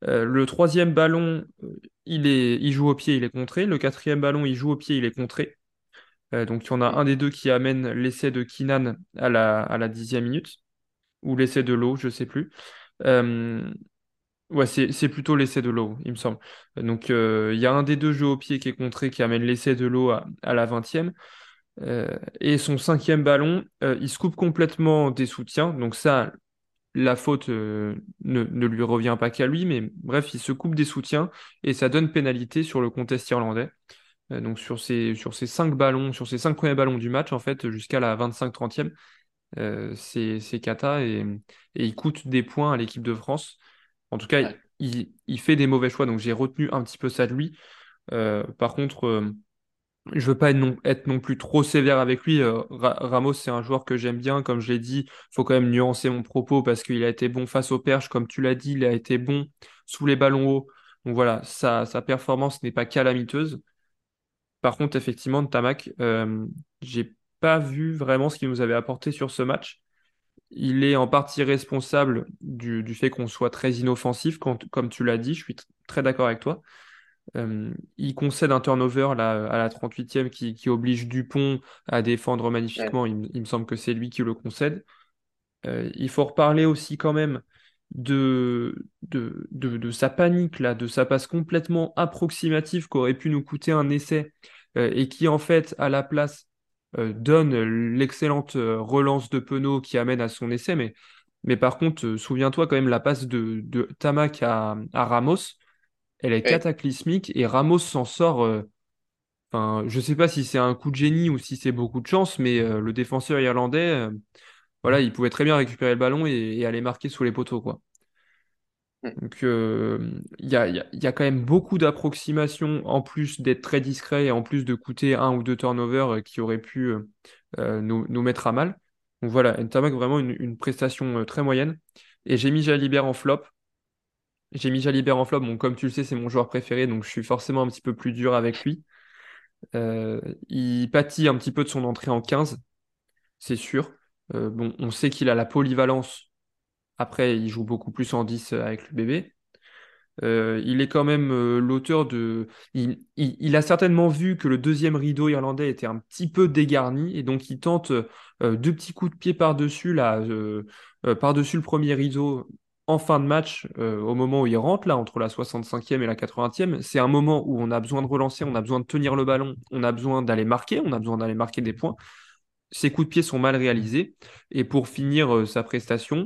Le troisième ballon, il joue au pied, il est contré. Le quatrième ballon, il joue au pied, il est contré. Donc il y en a Mm. un des deux qui amène l'essai de Kinan à la 10e minute, ou l'essai de Lowe, je sais plus. Euh, ouais, c'est plutôt l'essai de Lowe, il me semble. Donc il y a un des deux jeux au pied qui est contré, qui amène l'essai de Lowe à la 20e. Et son cinquième ballon, il se coupe complètement des soutiens. Donc ça, la faute ne lui revient pas qu'à lui, mais bref, il se coupe des soutiens et ça donne pénalité sur le contest irlandais. Donc sur ces cinq ballons, sur ces cinq premiers ballons du match, en fait, jusqu'à la 25-30e, c'est cata et il coûte des points à l'équipe de France. En tout cas, Ouais. il fait des mauvais choix, donc j'ai retenu un petit peu ça de lui. Par contre, je veux pas être non plus trop sévère avec lui. Ramos, c'est un joueur que j'aime bien. Comme je l'ai dit, faut quand même nuancer mon propos parce qu'il a été bon face aux perches. Comme tu l'as dit, il a été bon sous les ballons hauts. Donc voilà, sa performance n'est pas calamiteuse. Par contre, effectivement, Tamac, j'ai pas vu vraiment ce qu'il nous avait apporté sur ce match. Il est en partie responsable du fait qu'on soit très inoffensif, comme tu l'as dit. Je suis très d'accord avec toi. Il concède un turnover là, à la 38e qui oblige Dupont à défendre Ouais. magnifiquement. Il me semble que c'est lui qui le concède. Il faut reparler aussi quand même de sa panique, là, de sa passe complètement approximative qui aurait pu nous coûter un essai et qui en fait, à la place, donne l'excellente relance de Penaud qui amène à son essai. Mais par contre, souviens-toi quand même la passe de Tamac à Ramos, elle est Ouais. cataclysmique et Ramos s'en sort. Enfin, je sais pas si c'est un coup de génie ou si c'est beaucoup de chance, mais le défenseur irlandais, voilà, il pouvait très bien récupérer le ballon et aller marquer sous les poteaux, quoi. Mm. Donc, il y a quand même beaucoup d'approximations en plus d'être très discret et en plus de coûter un ou deux turnovers qui auraient pu nous mettre à mal. Donc voilà, Ntamak vraiment une prestation très moyenne. Et j'ai mis Jalibert en flop. J'ai mis Jalibert en flop. Bon, comme tu le sais, c'est mon joueur préféré, donc je suis forcément un petit peu plus dur avec lui. Euh, il pâtit un petit peu de son entrée en 15, c'est sûr. Bon, on sait qu'il a la polyvalence. Après, il joue beaucoup plus en 10 avec le bébé. Il est quand même l'auteur de. Il a certainement vu que le deuxième rideau irlandais était un petit peu dégarni et donc il tente deux petits coups de pied par-dessus là, par-dessus le premier rideau en fin de match, au moment où il rentre là entre la 65e et la 80e. C'est un moment où on a besoin de relancer, on a besoin de tenir le ballon, on a besoin d'aller marquer, on a besoin d'aller marquer des points. Ses coups de pied sont mal réalisés. Et pour finir sa prestation,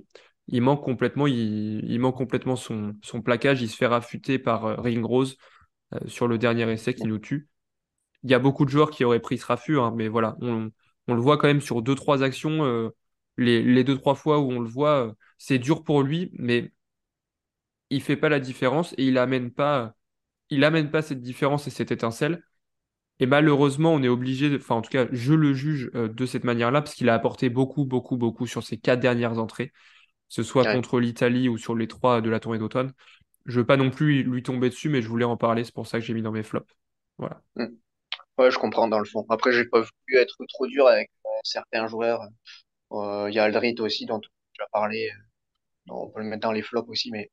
il manque complètement son plaquage. Il se fait rafuter par Ringrose sur le dernier essai qui nous tue. Il y a beaucoup de joueurs qui auraient pris ce raffut, hein, mais voilà, on le voit quand même sur deux, trois actions. Les deux, trois fois où on le voit, c'est dur pour lui, mais il fait pas la différence et il amène pas cette différence et cette étincelle. Et malheureusement, on est obligé, enfin en tout cas, je le juge de cette manière-là, parce qu'il a apporté beaucoup, beaucoup, beaucoup sur ses quatre dernières entrées, que ce soit Ouais. contre l'Italie ou sur les trois de la tournée d'automne. Je veux pas non plus lui tomber dessus, mais je voulais en parler, c'est pour ça que j'ai mis dans mes flops. Voilà. Mm. Ouais, je comprends dans le fond. Après, j'ai pas voulu être trop dur avec certains joueurs. Il y a Aldrit aussi dont tu as parlé. On peut le mettre dans les flops aussi, mais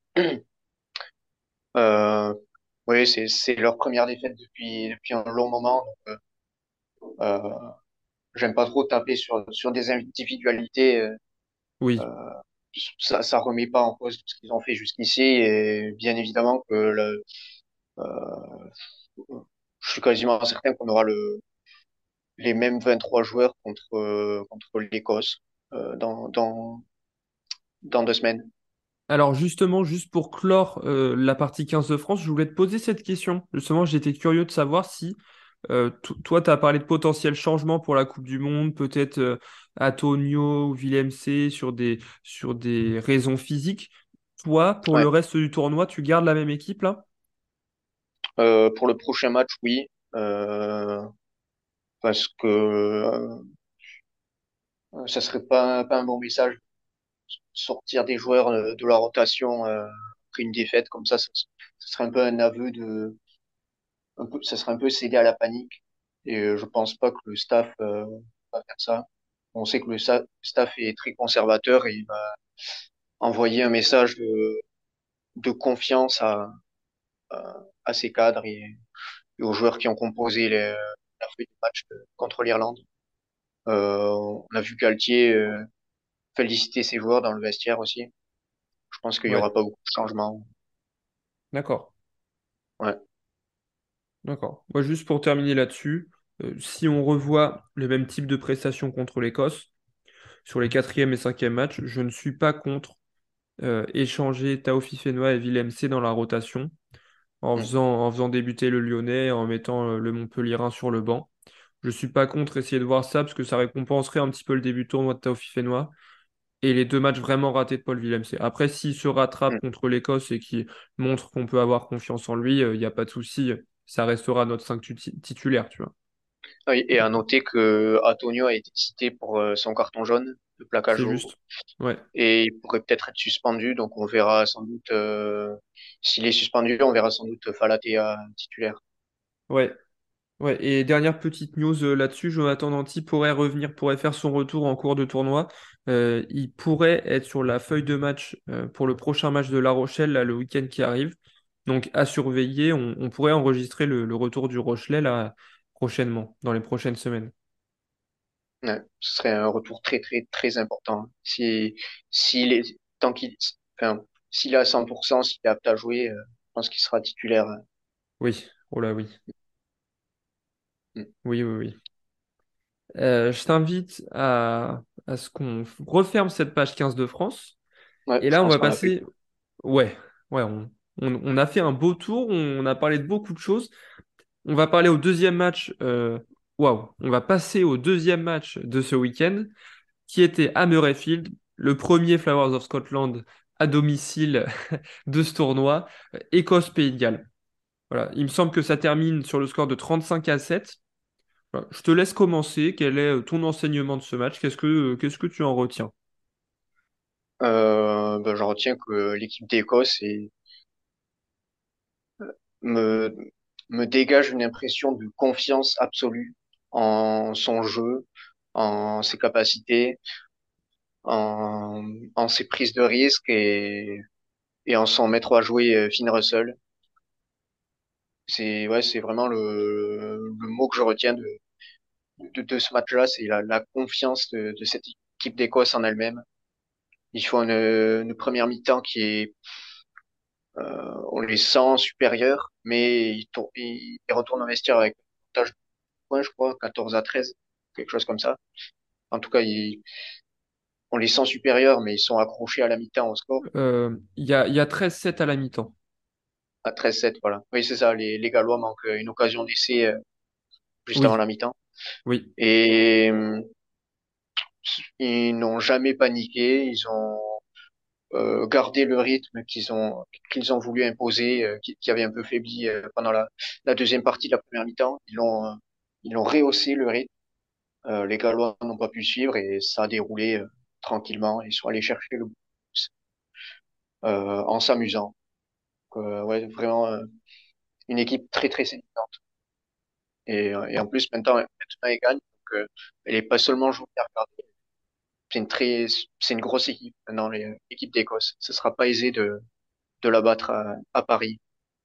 euh, oui, c'est leur première défaite depuis un long moment. Donc, euh, j'aime pas trop taper sur des individualités. Oui. Euh, ça remet pas en cause ce qu'ils ont fait jusqu'ici. Et bien évidemment que euh, je suis quasiment certain qu'on aura les mêmes 23 joueurs contre l'Écosse dans 2 semaines. Alors justement, juste pour clore la partie 15 de France, je voulais te poser cette question. Justement, j'étais curieux de savoir si toi, tu as parlé de potentiels changements pour la Coupe du Monde, peut-être Antonio ou Willem C sur des raisons physiques. Toi, pour le Ouais. reste du tournoi, tu gardes la même équipe là? Pour le prochain match, oui. Parce que ça serait pas un bon message sortir des joueurs de la rotation après une défaite comme ça serait un peu un aveu ça serait un peu céder à la panique. Et je pense pas que le staff va faire ça. On sait que staff est très conservateur et il va envoyer un message de confiance à ses cadres et aux joueurs qui ont composé la feuille de match contre l'Irlande. On a vu Galtier féliciter ses joueurs dans le vestiaire aussi. Je pense qu'il y Ouais, aura pas beaucoup de changements. d'accord. Ouais. D'accord. Moi, juste pour terminer là-dessus, si on revoit le même type de prestation contre l'Écosse sur les quatrième et cinquième matchs, je ne suis pas contre échanger Taofi Fenoy et Willem C dans la rotation Mm. en faisant débuter le Lyonnais, en mettant le Montpellierin sur le banc. Je suis pas contre essayer de voir ça parce que ça récompenserait un petit peu le début de tournoi de Taofi Fenoy et les deux matchs vraiment ratés de Paul Willem C. Après, s'il se rattrape Mm. contre l'Écosse et qu'il montre qu'on peut avoir confiance en lui, il n'y a pas de souci, ça restera notre 5 titulaire, tu vois. Ah oui, et à noter que Antonio a été cité pour son carton jaune, le C'est plaquage juste. Ouais. et il pourrait peut-être être suspendu, donc on verra sans doute, s'il est suspendu, on verra sans doute Falatea titulaire. Ouais. Ouais. Et dernière petite news là-dessus, Jonathan Danty pourrait faire son retour en cours de tournoi. Il pourrait être sur la feuille de match pour le prochain match de La Rochelle, là, le week-end qui arrive. Donc à surveiller, on pourrait enregistrer le retour du Rochelet là prochainement, dans les prochaines semaines. Ouais, ce serait un retour très très très important. Si s'il est tant qu'il enfin s'il est à 100%, s'il est apte à jouer, je pense qu'il sera titulaire. Oui, oh là oui. Mm. Oui, oui, oui. Je t'invite à ce qu'on referme cette page 15 de France. Ouais, Et je là, on pense va qu'on a fait le passer. tour. Ouais, ouais, on a fait un beau tour, on a parlé de beaucoup de choses. On va parler au deuxième match. Waouh, on va passer au deuxième match de ce week-end, qui était à Murrayfield, le premier Flowers of Scotland à domicile de ce tournoi, Écosse-Pays de Galles. Voilà, il me semble que ça termine sur le score de 35-7. Voilà, je te laisse commencer. Quel est ton enseignement de ce match? Qu'est-ce que tu en retiens? Ben, j'en retiens que l'équipe d'Écosse me me dégage une impression de confiance absolue en son jeu, en ses capacités, en ses prises de risques et en son maître à jouer Finn Russell. C'est ouais, c'est vraiment le mot que je retiens de ce match-là, c'est la confiance de cette équipe d'Écosse en elle-même. Ils font une première mi-temps qui est, on les sent supérieurs, mais ils retournent au vestiaire avec un avantage de points, je crois, 14-13, quelque chose comme ça. En tout cas, on les sent supérieurs, mais ils sont accrochés à la mi-temps au score, Il y a 13-7 à la mi-temps. à 13-7, voilà. Oui, c'est ça, les Gallois manquent une occasion d'essai juste avant Oui, la mi-temps. oui. Et ils n'ont jamais paniqué, ils ont garder le rythme qu'ils ont voulu imposer, qui avait un peu faibli pendant la deuxième partie de la première mi-temps. Ils l'ont rehaussé le rythme. Les Gallois n'ont pas pu suivre et ça a déroulé tranquillement. Ils sont allés chercher le but en s'amusant. Ouais, vraiment une équipe très très séduisante. Et en plus maintenant elle gagne. Donc, elle est pas seulement jouée à regarder. C'est une grosse équipe maintenant, l'équipe d'Écosse. Ce sera pas aisé de la battre à Paris.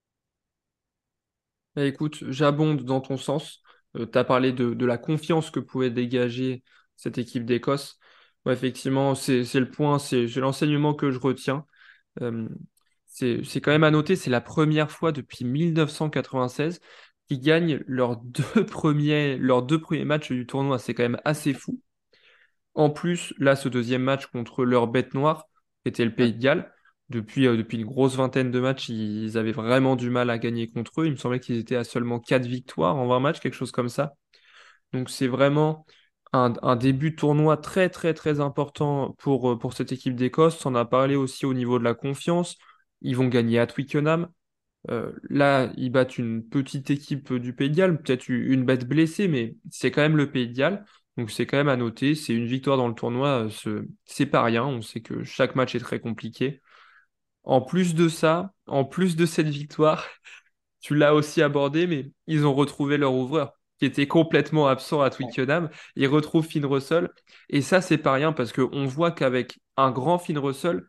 Écoute, j'abonde dans ton sens. Tu as parlé de la confiance que pouvait dégager cette équipe d'Écosse. Ouais, effectivement, c'est le point, c'est l'enseignement que je retiens. Euh, c'est quand même à noter, c'est la première fois depuis 1996 qu'ils gagnent leurs deux premiers matchs du tournoi. C'est quand même assez fou. En plus, là, ce deuxième match contre leur bête noire, qui était le Pays de Galles, depuis une grosse vingtaine de matchs, ils avaient vraiment du mal à gagner contre eux. Il me semblait qu'ils étaient à seulement 4 victoires en 20 matchs, quelque chose comme ça. Donc c'est vraiment un début de tournoi très très très important pour cette équipe d'Écosse. On a parlé aussi au niveau de la confiance. Ils vont gagner à Twickenham. Là, ils battent une petite équipe du Pays de Galles, peut-être une bête blessée, mais c'est quand même le Pays de Galles. Donc c'est quand même à noter. C'est une victoire dans le tournoi, c'est pas rien. On sait que chaque match est très compliqué. En plus de ça, en plus de cette victoire, tu l'as aussi abordé, mais ils ont retrouvé leur ouvreur qui était complètement absent à Twickenham. Ils retrouvent Finn Russell. Et ça, c'est pas rien parce qu'on voit qu'avec un grand Finn Russell,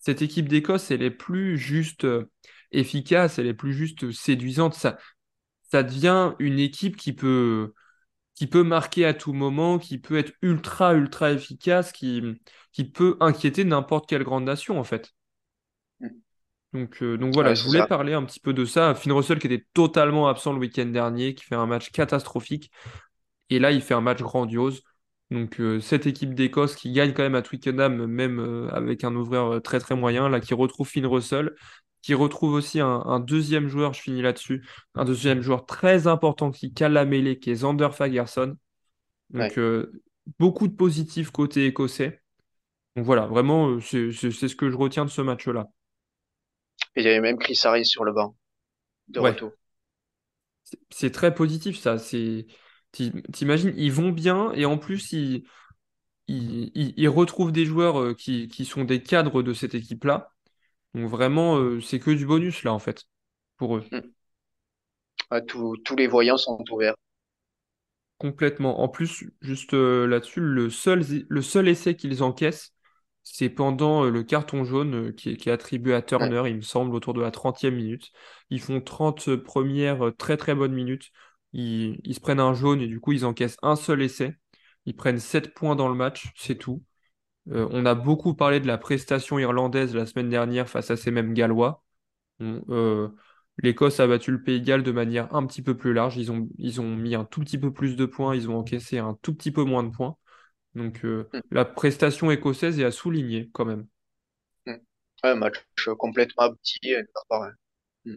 cette équipe d'Écosse, elle est plus juste efficace, elle est plus juste séduisante. Ça devient une équipe qui peut marquer à tout moment, qui peut être ultra, ultra efficace, qui peut inquiéter n'importe quelle grande nation, en fait. Mm. Donc voilà, Ouais, je c'est voulais ça. parler un petit peu de ça. Finn Russell qui était totalement absent le week-end dernier, qui fait un match catastrophique. Et là, il fait un match grandiose. Cette équipe d'Écosse qui gagne quand même à Twickenham, même avec un ouvreur très très moyen, là, qui retrouve Finn Russell, qui retrouve aussi un deuxième joueur, je finis là-dessus, un deuxième joueur très important qui cale la mêlée, qui est Zander Fagerson. Donc, Ouais. euh, Beaucoup de positifs côté écossais. Donc voilà, vraiment, c'est ce que je retiens de ce match-là. Et il y avait même Chris Harris sur le banc, de Ouais, retour. c'est très positif ça. T'imagines, ils vont bien et en plus, ils retrouvent des joueurs qui sont des cadres de cette équipe-là. Donc vraiment, c'est que du bonus là en fait, pour eux. Mm. Ouais, tous les voyants sont ouverts. Complètement. En plus, juste là-dessus, le seul essai qu'ils encaissent, c'est pendant le carton jaune qui est attribué à Ouais. Turner, il me semble, autour de la 30e minute. Ils font 30 premières très très bonnes minutes. Ils se prennent un jaune et du coup, ils encaissent un seul essai. Ils prennent 7 points dans le match, c'est tout. On a beaucoup parlé de la prestation irlandaise la semaine dernière face à ces mêmes Gallois. Bon, l'Écosse a battu le Pays de Galles de manière un petit peu plus large. Ils ont mis un tout petit peu plus de points, ils ont encaissé un tout petit peu moins de points. Mm. La prestation écossaise est à souligner quand même. Mm. Ouais, match complètement abouti de leur part. Ouais. Mm.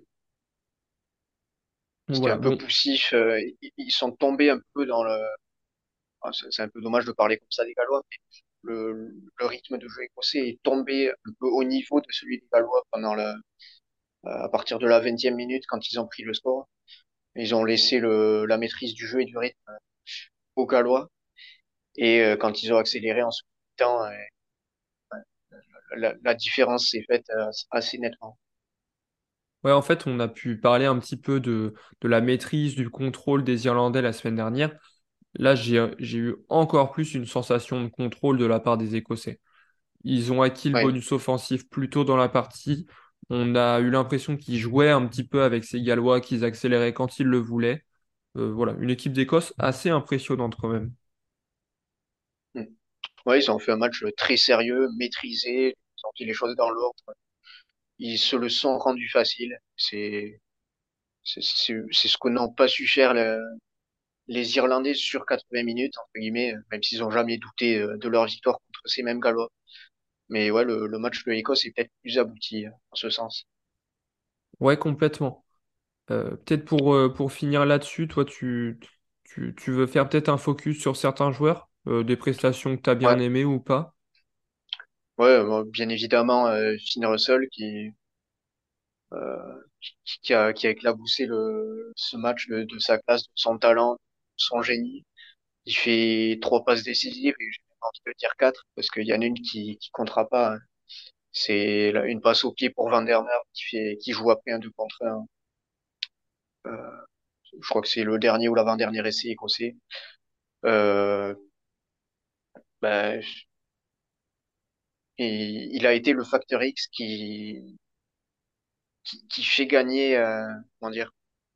Donc C'était voilà, un peu bon, poussif. Ils sont tombés un peu dans le. Ah, c'est un peu dommage de parler comme ça des Gallois, mais le rythme de jeu écossais est tombé un peu au niveau de celui des Gallois à partir de la 20e minute quand ils ont pris le score. Ils ont laissé la maîtrise du jeu et du rythme aux Gallois. Et quand ils ont accéléré en second temps, la différence s'est faite assez nettement. ouais, en fait, on a pu parler un petit peu de la maîtrise, du contrôle des Irlandais la semaine dernière. Là, j'ai eu encore plus une sensation de contrôle de la part des Écossais. Ils ont acquis le Ouais. bonus offensif plus tôt dans la partie. On a eu l'impression qu'ils jouaient un petit peu avec ces Gallois, qu'ils accéléraient quand ils le voulaient. Voilà, une équipe d'Écosse assez impressionnante quand même. Mm. Ouais, ils ont fait un match très sérieux, maîtrisé, ils ont mis les choses dans l'ordre. Ils se le sont rendu facile. C'est ce que n'ont pas su faire les Irlandais sur 80 minutes, entre guillemets, même s'ils ont jamais douté de leur victoire contre ces mêmes Gallois. Mais ouais, le match de l'Écosse est peut-être plus abouti en ce sens. Ouais, complètement. Peut-être pour finir là-dessus, toi, tu veux faire peut-être un focus sur certains joueurs, des prestations que tu as Ouais, bien aimées ou pas? ouais, bon, bien évidemment, Finn Russell qui a éclaboussé ce match de sa classe, de son talent, de son génie. Il fait 3 passes décisives et j'ai même envie de dire 4 parce qu'il y en a une qui comptera pas. Hein. C'est une passe au pied pour Van der Merwe qui joue après un 2 contre 1. Euh, je crois que c'est le dernier ou l'avant-dernier essai écossais. Euh, ben, et il a été le facteur X qui fait gagner, comment dire,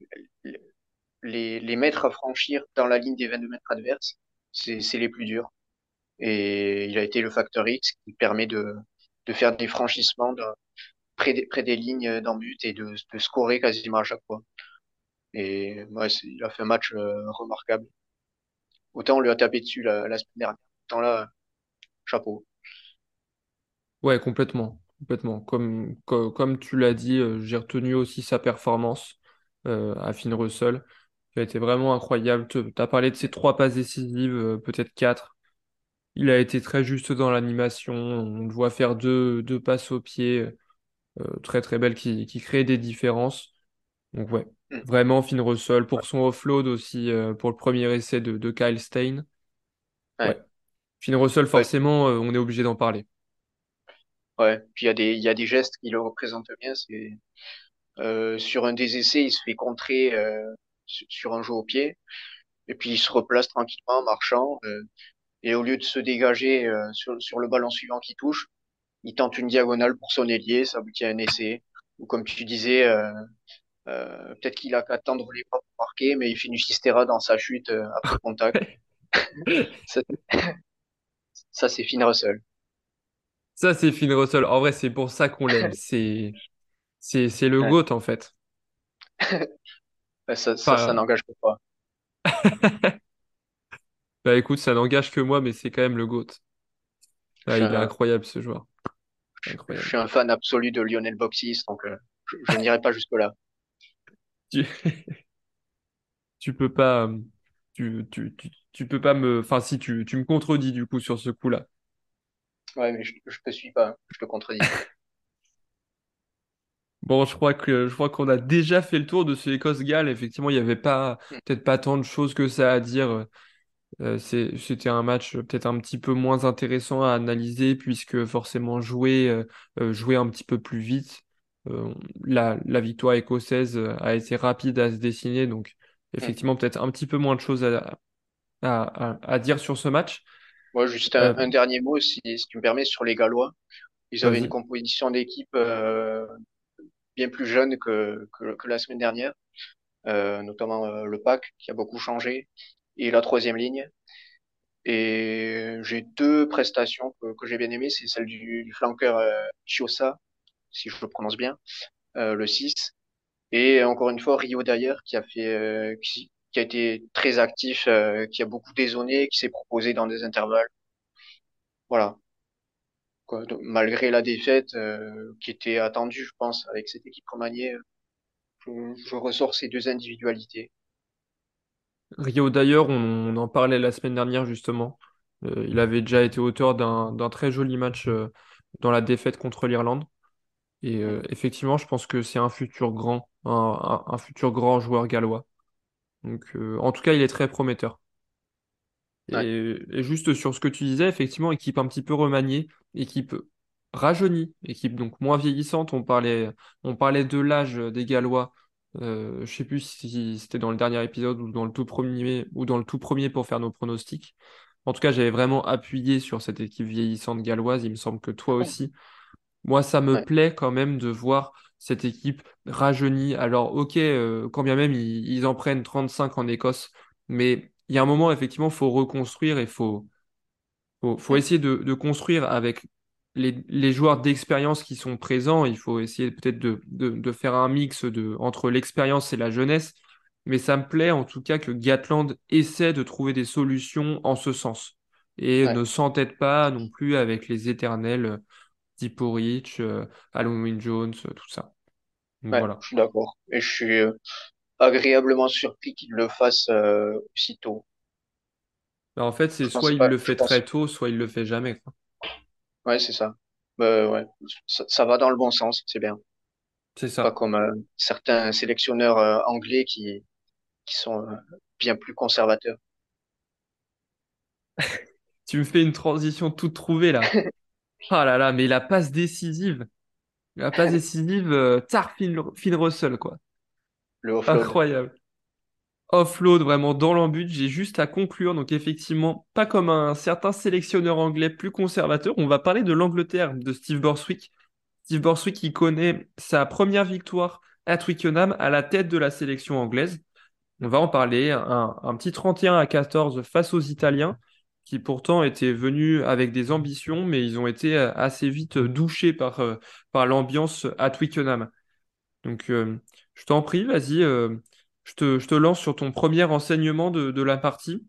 les mètres à franchir dans la ligne des 22 mètres adverses. C'est les plus durs. Et il a été le facteur X qui permet de faire des franchissements près des lignes d'en but et de scorer quasiment à chaque fois. Et ouais, il a fait un match remarquable. Autant on lui a tapé dessus la semaine dernière, autant là, chapeau. Ouais, complètement. Complètement. Comme tu l'as dit, j'ai retenu aussi sa performance à Finn Russell, qui a été vraiment incroyable. Tu as parlé de ses 3 passes décisives, peut-être 4. Il a été très juste dans l'animation. On le voit faire deux passes au pied très très belles qui créent des différences. Donc ouais, Mm. vraiment Finn Russell pour son offload aussi, pour le premier essai de Kyle Stein. Ouais, Ouais. Finn Russell, Ouais. forcément, on est obligé d'en parler. Ouais. Puis il y a des gestes qui le représentent bien. Sur un des essais, il se fait contrer sur un jeu au pied, et puis il se replace tranquillement en marchant. Et au lieu de se dégager sur le ballon suivant qui touche, il tente une diagonale pour son ailier, ça aboutit à un essai. Ou comme tu disais, peut-être qu'il a qu'à tendre les bras pour marquer, mais il finit Chistera dans sa chute après contact. Ça, ça c'est Finn Russell. Ça, c'est Finn Russell. En vrai, c'est pour ça qu'on l'aime. C'est le Ouais. GOAT, en fait. Ouais, ça Enfin, n'engage que pas. bah écoute, ça n'engage que moi, mais c'est quand même le GOAT. Je Ah, suis il est un, incroyable, ce joueur. je Incroyable. suis un fan absolu de Lionel Boxis, donc je n'irai pas jusque-là. Tu, tu peux pas, tu peux pas me, enfin, si tu me contredis, du coup, sur ce coup-là. Ouais, mais je te suis pas, je te contredis. Bon, je crois qu'on a déjà fait le tour de ce Écosse-Galles. Effectivement, il n'y avait pas, Hmm. peut-être pas tant de choses que ça à dire. C'était un match peut-être un petit peu moins intéressant à analyser puisque forcément jouer un petit peu plus vite. La victoire écossaise a été rapide à se dessiner, donc Hmm. effectivement peut-être un petit peu moins de choses à dire sur ce match. Moi, juste Euh, un dernier mot, si tu me permets, sur les Gallois. Ils avaient une vas-y. composition d'équipe bien plus jeune que la semaine dernière, notamment le pack qui a beaucoup changé et la troisième ligne. Et j'ai deux prestations que j'ai bien aimées, c'est celle du flanqueur Chiosa, si je le prononce bien, le 6. Et encore une fois, Rio d'ailleurs, qui a été très actif, qui a beaucoup dézonné, qui s'est proposé dans des intervalles. Voilà. Quoi. Donc, malgré la défaite, qui était attendue, je pense, avec cette équipe remaniée, je ressors ces deux individualités. Rio d'ailleurs, on en parlait la semaine dernière justement. Il avait déjà été auteur d'un très joli match dans la défaite contre l'Irlande. Et Mm. effectivement, je pense que c'est un futur grand, un futur grand joueur gallois. Donc, en tout cas, il est très prometteur. Ouais, Et juste sur ce que tu disais, effectivement, équipe un petit peu remaniée, équipe rajeunie, équipe donc moins vieillissante. On parlait de l'âge des Gallois. Je sais plus si c'était dans le dernier épisode ou dans le tout premier pour faire nos pronostics. En tout cas, j'avais vraiment appuyé sur cette équipe vieillissante galloise. Il me semble que toi aussi. Moi, ça me ouais, plaît quand même de voir cette équipe rajeunie. Alors, ok, quand bien même ils en prennent 35 en Écosse, mais il y a un moment, effectivement, il faut reconstruire et faut mm, essayer de construire avec les joueurs d'expérience qui sont présents. Il faut essayer peut-être de faire un mix entre l'expérience et la jeunesse. Mais ça me plaît en tout cas que Gatland essaie de trouver des solutions en ce sens et ouais, ne s'entête pas non plus avec les éternels. Tiporic, Halloween Jones, tout ça. Donc ouais, voilà. je suis d'accord. Et je suis agréablement surpris qu'il le fasse aussitôt. Bah, en fait, c'est Je soit pense il pas, le je fait pense, très tôt, soit il le fait jamais, quoi. ouais, c'est ça. Ouais, ça va dans le bon sens, c'est bien. C'est Pas ça. comme certains sélectionneurs anglais qui sont bien plus conservateurs. Tu me fais une transition toute trouvée là. Ah là là, mais la passe décisive, Tar Finn Russell, quoi. Le offload. Incroyable. Offload vraiment dans l'embut, j'ai juste à conclure. Donc effectivement, pas comme un certain sélectionneur anglais plus conservateur. On va parler de l'Angleterre, de Steve Borswick. Steve Borswick qui connaît sa première victoire à Twickenham à la tête de la sélection anglaise. On va en parler. Un petit 31-14 face aux Italiens, qui pourtant étaient venus avec des ambitions, mais ils ont été assez vite douchés par l'ambiance à Twickenham. Donc, je t'en prie, vas-y, je te lance sur ton premier enseignement de la partie.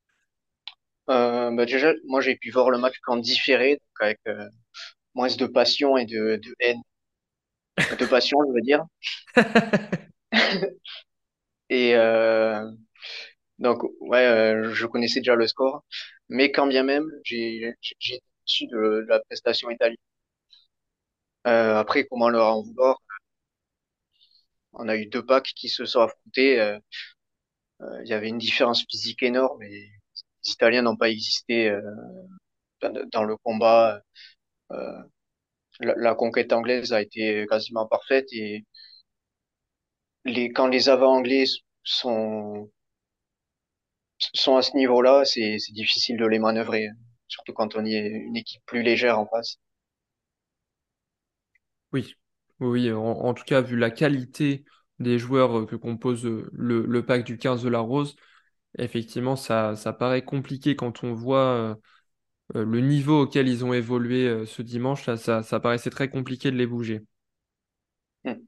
Bah déjà, moi j'ai pu voir le match qu'en différé, donc avec moins de passion et de haine, de passion, je veux dire. Et donc ouais, je connaissais déjà le score, mais quand bien même, j'ai été déçu de la prestation italienne. Après, comment leur en vouloir? On a eu deux packs qui se sont affrontés. Il y avait une différence physique énorme et les Italiens n'ont pas existé dans le combat. Euh, la conquête anglaise a été quasiment parfaite et quand les avants anglais sont, sont à ce niveau-là, c'est difficile de les manœuvrer, surtout quand on y est une équipe plus légère en face. Oui, oui, en tout cas, vu la qualité des joueurs que compose le pack du 15 de la Rose, effectivement, ça paraît compliqué quand on voit le niveau auquel ils ont évolué ce dimanche. Là, ça paraissait très compliqué de les bouger. Hmm.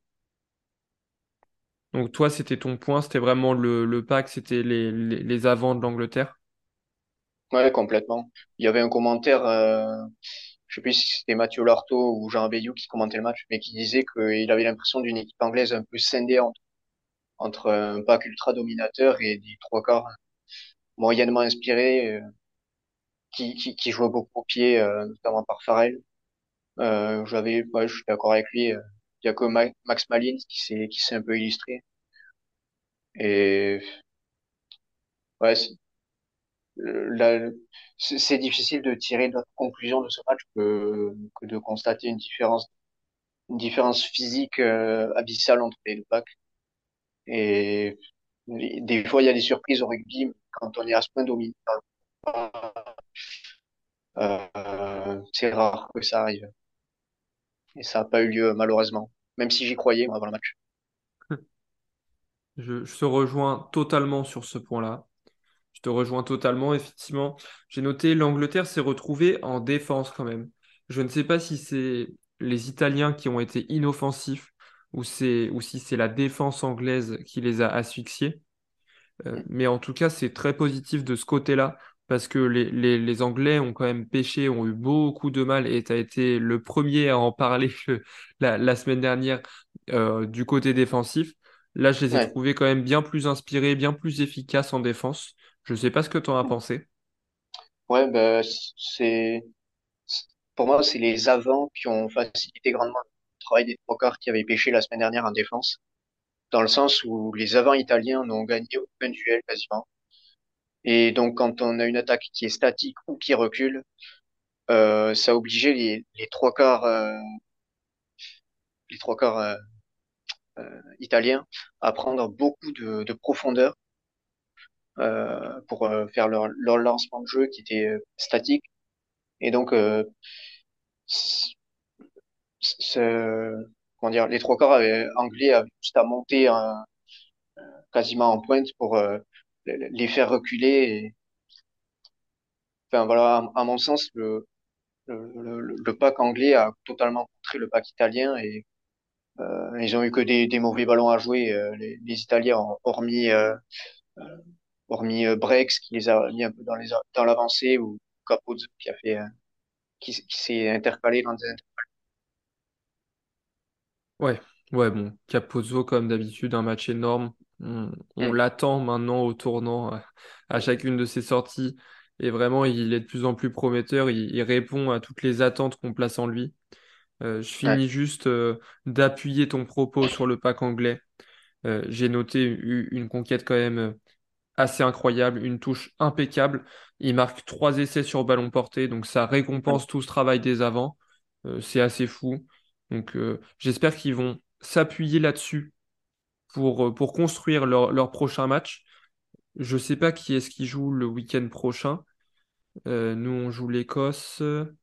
Donc toi, c'était ton point, c'était vraiment le pack, c'était les avants de l'Angleterre. Ouais, complètement. Il y avait un commentaire, je sais plus si c'était Mathieu Lartaud ou Jean Bayou qui commentait le match, mais qui disait qu'il avait l'impression d'une équipe anglaise un peu scindée entre un pack ultra dominateur et des trois quarts moyennement inspirés, qui jouaient beaucoup au pied, notamment par Farrell. Ouais, je suis d'accord avec lui. Il y a que Max Malins qui s'est un peu illustré. Et ouais, là, c'est difficile de tirer d'autres conclusions de ce match que de constater une différence physique abyssale entre les deux packs. Et des fois, il y a des surprises au rugby, mais quand on est à ce point dominé, c'est rare que ça arrive. Et ça n'a pas eu lieu, malheureusement. Même si j'y croyais, moi, avant le match. Je te rejoins totalement sur ce point-là. Je te rejoins totalement, effectivement. J'ai noté l'Angleterre s'est retrouvée en défense quand même. Je ne sais pas si c'est les Italiens qui ont été inoffensifs ou si c'est la défense anglaise qui les a asphyxiés. Mais en tout cas, c'est très positif de ce côté-là, parce que les Anglais ont quand même pêché, ont eu beaucoup de mal, et tu as été le premier à en parler la semaine dernière du côté défensif. Là, je les ai Ouais. trouvés quand même bien plus inspirés, bien plus efficaces en défense. Je sais pas ce que tu en as pensé. Ouais, ben, pour moi, c'est les avants qui ont facilité grandement le travail des trois quarts qui avaient pêché la semaine dernière en défense, dans le sens où les avants italiens n'ont gagné aucun duel quasiment. Et donc, quand on a une attaque qui est statique ou qui recule, ça a obligé les trois quarts italiens à prendre beaucoup de profondeur pour faire leur lancement de jeu qui était statique. Et donc, comment dire, les trois quarts anglais avaient juste à monter quasiment en pointe pour les faire reculer. Enfin voilà, à mon sens, le pack anglais a totalement contré le pack italien et ils ont eu que des mauvais ballons à jouer. Les Italiens, hormis Breaks qui les a mis un peu dans l'avancée ou Capozzo qui s'est intercalé dans des. Ouais, ouais, bon, Capozzo, comme d'habitude, un match énorme. On Hmm, l'attend maintenant au tournant à chacune de ses sorties. Et vraiment, il est de plus en plus prometteur. Il répond à toutes les attentes qu'on place en lui. Je ouais, finis juste d'appuyer ton propos sur le pack anglais. J'ai noté une conquête quand même assez incroyable, une touche impeccable. Il marque 3 essais sur ballon porté, donc ça ouais, récompense tout ce travail des avants. C'est assez fou. Donc j'espère qu'ils vont s'appuyer là-dessus pour construire leur prochain match. Je sais pas qui est-ce qui joue le week-end prochain. Nous, on joue l'Écosse.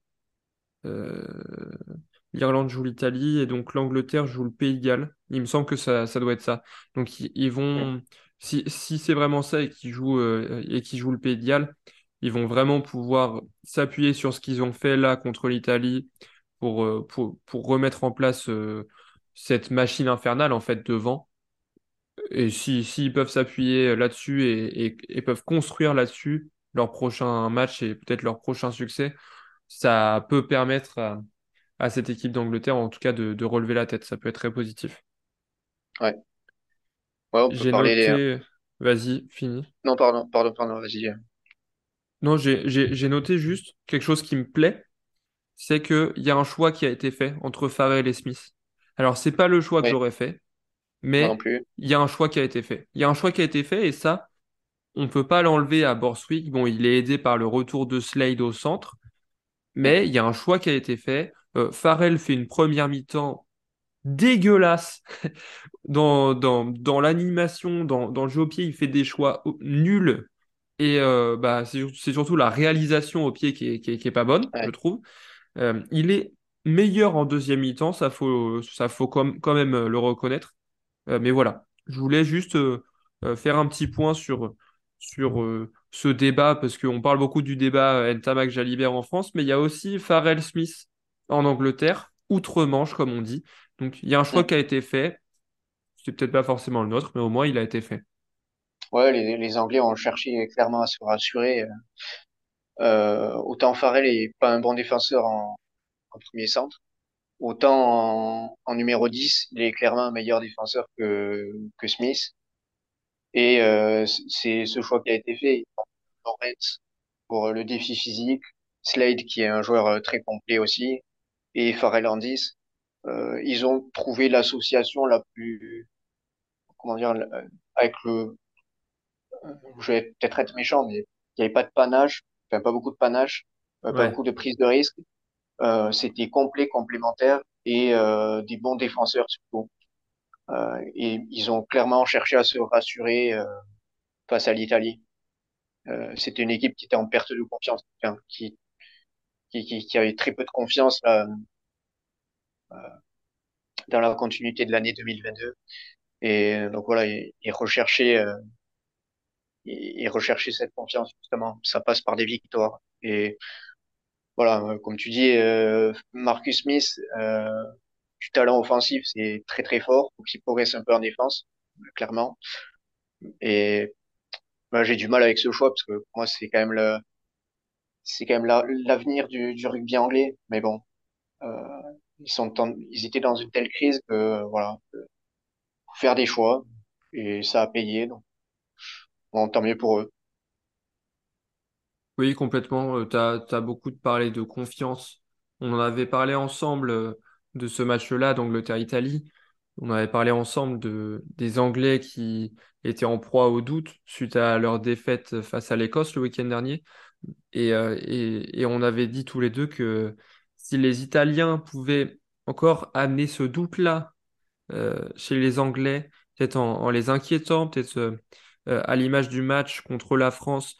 Euh, L'Irlande joue l'Italie et donc l'Angleterre joue le Pays de Galles. Il me semble que ça doit être ça. Donc ils ouais, vont, si c'est vraiment ça et qu'ils jouent le Pays de Galles, ils vont vraiment pouvoir s'appuyer sur ce qu'ils ont fait là contre l'Italie pour remettre en place cette machine infernale en fait devant. Et s'ils peuvent s'appuyer là-dessus et peuvent construire là-dessus leur prochain match et peut-être leur prochain succès, ça peut permettre à cette équipe d'Angleterre, en tout cas, de relever la tête. Ça peut être très positif. ouais. Ouais, on peut J'ai parler noté, vas-y, fini. Non, pardon, pardon, pardon, vas-y. Non, j'ai noté juste quelque chose qui me plaît, c'est qu'il y a un choix qui a été fait entre Farrell et Smith. Alors, c'est pas le choix que Oui, j'aurais fait, moi non mais plus. il y a un choix qui a été fait. Il y a un choix qui a été fait et ça, on peut pas l'enlever à Borswick. Bon, il est aidé par le retour de Slade au centre, Hmm, mais il y a un choix qui a été fait. Farrell fait une première mi-temps dégueulasse dans l'animation, dans le jeu au pied, il fait des choix nuls. Et bah, c'est surtout la réalisation au pied qui est pas bonne, je ouais, trouve. Il est meilleur en deuxième mi-temps, ça faut quand même le reconnaître. Mais voilà, je voulais juste faire un petit point sur ce débat, parce qu'on parle beaucoup du débat Ntamak-Jalibert en France, mais il y a aussi Farrell Smith en Angleterre, outre-Manche, comme on dit. Donc il y a un choix Mm. qui a été fait. C'est peut-être pas forcément le nôtre, mais au moins il a été fait. Ouais, les Anglais ont cherché clairement à se rassurer. Autant Farrell est pas un bon défenseur en premier centre, autant en numéro 10, il est clairement un meilleur défenseur que Smith. Et c'est ce choix qui a été fait. Lawrence pour le défi physique, Slade qui est un joueur très complet aussi, et Farrell en 10. Ils ont trouvé l'association la plus, comment dire, avec le, je vais peut-être être méchant, mais il n'y avait pas de panache, enfin pas beaucoup de panache, pas Ouais. beaucoup de prise de risque. C'était complet, complémentaire et des bons défenseurs surtout. Et ils ont clairement cherché à se rassurer face à l'Italie. C'était une équipe qui était en perte de confiance, enfin, qui avait très peu de confiance là, dans la continuité de l'année 2022. Et donc voilà, ils recherchaient cette confiance justement. Ça passe par des victoires. Et voilà, comme tu dis, Marcus Smith, du talent offensif, c'est très très fort. Faut qu'il progresse un peu en défense, clairement. Et moi, j'ai du mal avec ce choix parce que pour moi, c'est quand même l'avenir du rugby anglais. Mais bon, euh, ils étaient dans une telle crise que voilà, faut faire des choix et ça a payé. Donc bon, tant mieux pour eux. Oui, complètement. T'as beaucoup parlé de confiance. On en avait parlé ensemble de ce match-là d'Angleterre-Italie. On avait parlé ensemble des Anglais qui étaient en proie au doute suite à leur défaite face à l'Écosse le week-end dernier. Et on avait dit tous les deux que si les Italiens pouvaient encore amener ce doute-là chez les Anglais, peut-être en les inquiétant, peut-être à l'image du match contre la France,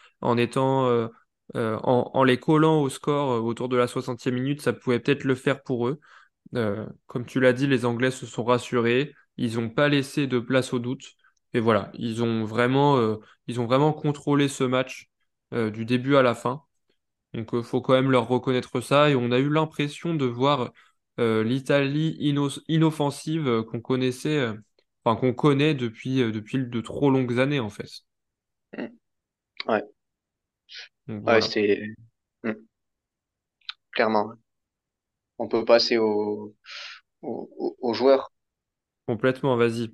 en les collant au score autour de la 60e minute, ça pouvait peut-être le faire pour eux. Comme tu l'as dit, les Anglais se sont rassurés, ils n'ont pas laissé de place au doute, et voilà, ils ont vraiment contrôlé ce match du début à la fin. Donc, il faut quand même leur reconnaître ça. Et on a eu l'impression de voir l'Italie inoffensive qu'on connaissait, enfin qu'on connaît depuis de trop longues années, en fait. Mm. Ouais, Donc ouais, voilà, c'est mm, clairement. On peut passer aux joueurs. complètement, vas-y.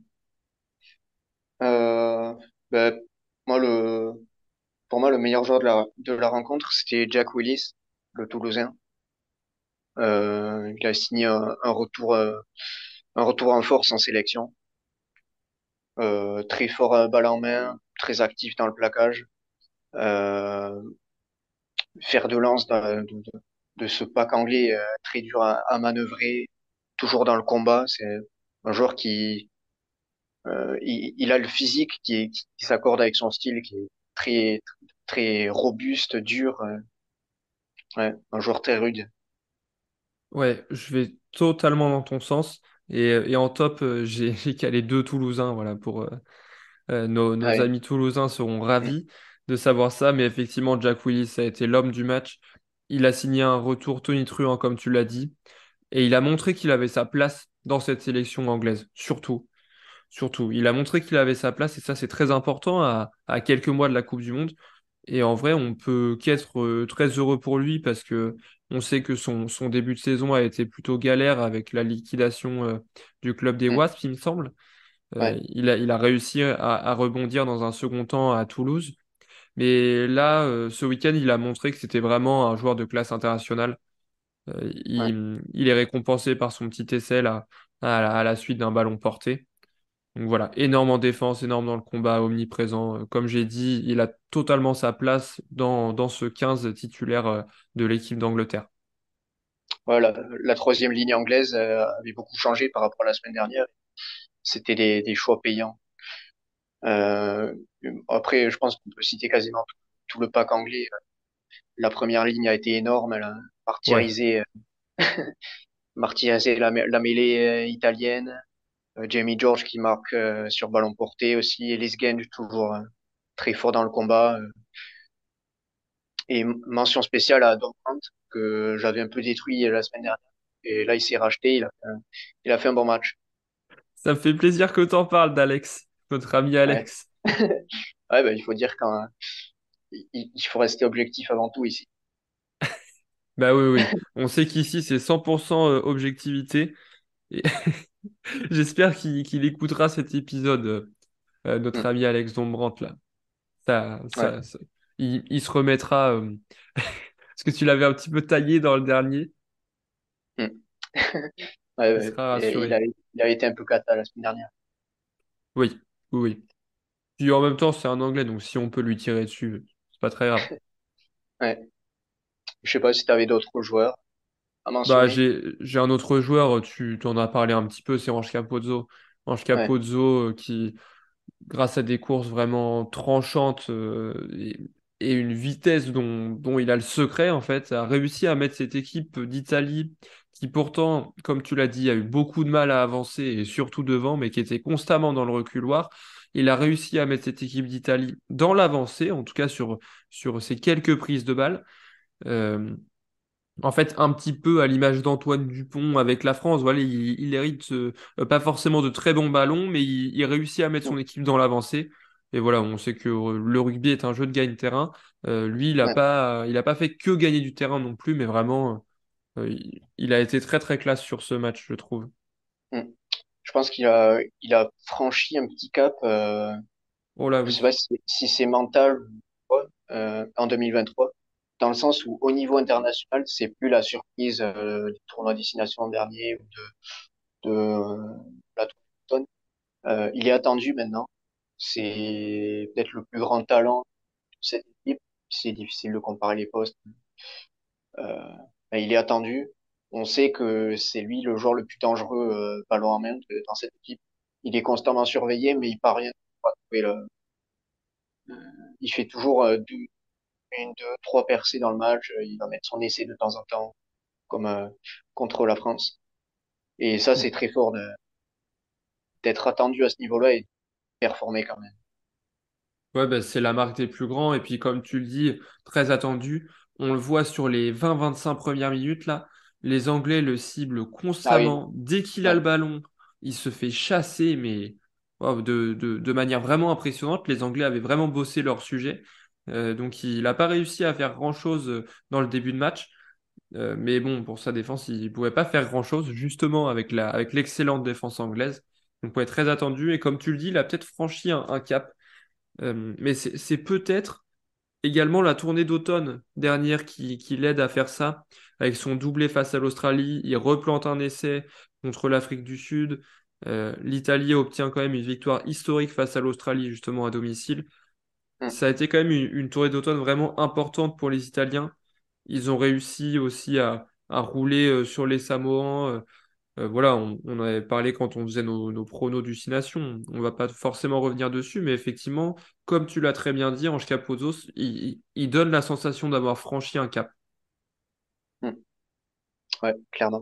Euh, ben, moi, pour moi, le meilleur joueur de la rencontre, c'était Jack Willis, le Toulousain. Il a signé un retour en force en sélection. Très fort à balle en main, très actif dans le plaquage. Euh, Fer de lance de ce pack anglais très dur à manœuvrer, toujours dans le combat. C'est un joueur il a le physique qui s'accorde avec son style, qui est très, très robuste, dur. Ouais, un joueur très rude. Ouais, je vais totalement dans ton sens. Et en top, j'ai calé deux Toulousains, voilà, nos Ouais, amis toulousains seront ravis de savoir ça, mais effectivement, Jack Willis a été l'homme du match. Il a signé un retour tonitruant, comme tu l'as dit, et il a montré qu'il avait sa place dans cette sélection anglaise, surtout. Surtout, il a montré qu'il avait sa place, et ça, c'est très important à quelques mois de la Coupe du Monde. Et en vrai, on peut qu'être très heureux pour lui parce que on sait que son début de saison a été plutôt galère avec la liquidation du club des mm, Wasps, il me semble. ouais, Il a réussi à rebondir dans un second temps à Toulouse. Mais là, ce week-end, il a montré que c'était vraiment un joueur de classe internationale. ouais. Il est récompensé par son petit essai là, à la suite d'un ballon porté. Donc voilà, énorme en défense, énorme dans le combat, omniprésent. Comme j'ai dit, il a totalement sa place dans ce 15 titulaire de l'équipe d'Angleterre. Voilà, la troisième ligne anglaise avait beaucoup changé par rapport à la semaine dernière. C'était des choix payants. Euh, Après, je pense qu'on peut citer quasiment tout le pack anglais. La première ligne a été énorme, elle a Ouais, martyrisé Martinez et la mêlée italienne. Jamie George qui marque sur ballon porté aussi. Ellis Genge toujours très fort dans le combat. Et mention spéciale à Dom Brandt que j'avais un peu détruit la semaine dernière. Et là, il s'est racheté. Il a fait un bon match. Ça me fait plaisir que t'en parles d'Alex, notre ami Ouais. Alex. Ouais, bah, il faut dire il faut rester objectif avant tout ici. Bah oui, oui. On sait qu'ici, c'est 100% objectivité. Et j'espère qu'il écoutera cet épisode, notre Mm. ami Alex Dombrandt, là. Ça, Ouais. ça, ça- il se remettra. Parce que tu l'avais un petit peu taillé dans le dernier. Mm. Ouais, Il ouais. sera Et rassuré. il a été un peu cata la semaine dernière. Oui, oui, oui. Puis en même temps, c'est un anglais, donc si on peut lui tirer dessus, c'est pas très grave. Ouais. Je sais pas si tu avais d'autres joueurs à Bah, mentionner. j'ai un autre joueur, tu t'en as parlé un petit peu, c'est Ange Capozzo. Ange Ouais. Capozzo qui, grâce à des courses vraiment tranchantes et une vitesse dont il a le secret, en fait, a réussi à mettre cette équipe d'Italie qui pourtant, comme tu l'as dit, a eu beaucoup de mal à avancer et surtout devant, mais qui était constamment dans le reculoir. Il a réussi à mettre cette équipe d'Italie dans l'avancée, en tout cas sur ces quelques prises de balles. Euh, En fait, un petit peu à l'image d'Antoine Dupont avec la France, voilà, il hérite pas forcément de très bons ballons, mais il réussit à mettre son équipe dans l'avancée. Et voilà, on sait que le rugby est un jeu de gagne-terrain. Lui, Ouais. il a pas fait que gagner du terrain non plus, mais vraiment, il a été très très classe sur ce match, je trouve. Mm. Je pense il a franchi un petit cap. Oh là Je sais oui. pas si c'est mental ou quoi, en 2023, dans le sens où au niveau international, c'est plus la surprise du tournoi Destination dernier ou de la Tour d'automne. Il est attendu maintenant. C'est peut-être le plus grand talent de cette équipe. C'est difficile de comparer les postes. Euh, mais il est attendu. On sait que c'est lui le joueur le plus dangereux ballon en main dans cette équipe. Il est constamment surveillé, mais il parvient à trouver il fait toujours une, deux, trois percées dans le match. Il va mettre son essai de temps en temps, comme contre la France. Et ça, c'est très fort d'être attendu à ce niveau-là et de performer quand même. Ouais, bah, c'est la marque des plus grands. Et puis, comme tu le dis, très attendu. On le voit sur les 20-25 premières minutes, là. Les Anglais le ciblent Ah oui, constamment. Dès qu'il a ouais, le ballon, il se fait chasser, mais wow, de manière vraiment impressionnante. Les Anglais avaient vraiment bossé leur sujet. Donc, il n'a pas réussi à faire grand-chose dans le début de match. Mais bon, pour sa défense, il ne pouvait pas faire grand-chose, justement, avec l'excellente défense anglaise. Donc, pour être très attendu. Et comme tu le dis, il a peut-être franchi un cap. Mais c'est peut-être également la tournée d'automne dernière qui l'aide à faire ça. Avec son doublé face à l'Australie, il replante un essai contre l'Afrique du Sud. L'Italie obtient quand même une victoire historique face à l'Australie, justement à domicile. mm, Ça a été quand même une tournée d'automne vraiment importante pour les Italiens. Ils ont réussi aussi à rouler sur les Samoans. Voilà, on avait parlé quand on faisait nos pronos d'hallucination. On va pas forcément revenir dessus, mais effectivement, comme tu l'as très bien dit, Ange Capozos, il donne la sensation d'avoir franchi un cap. mm, ouais, clairement.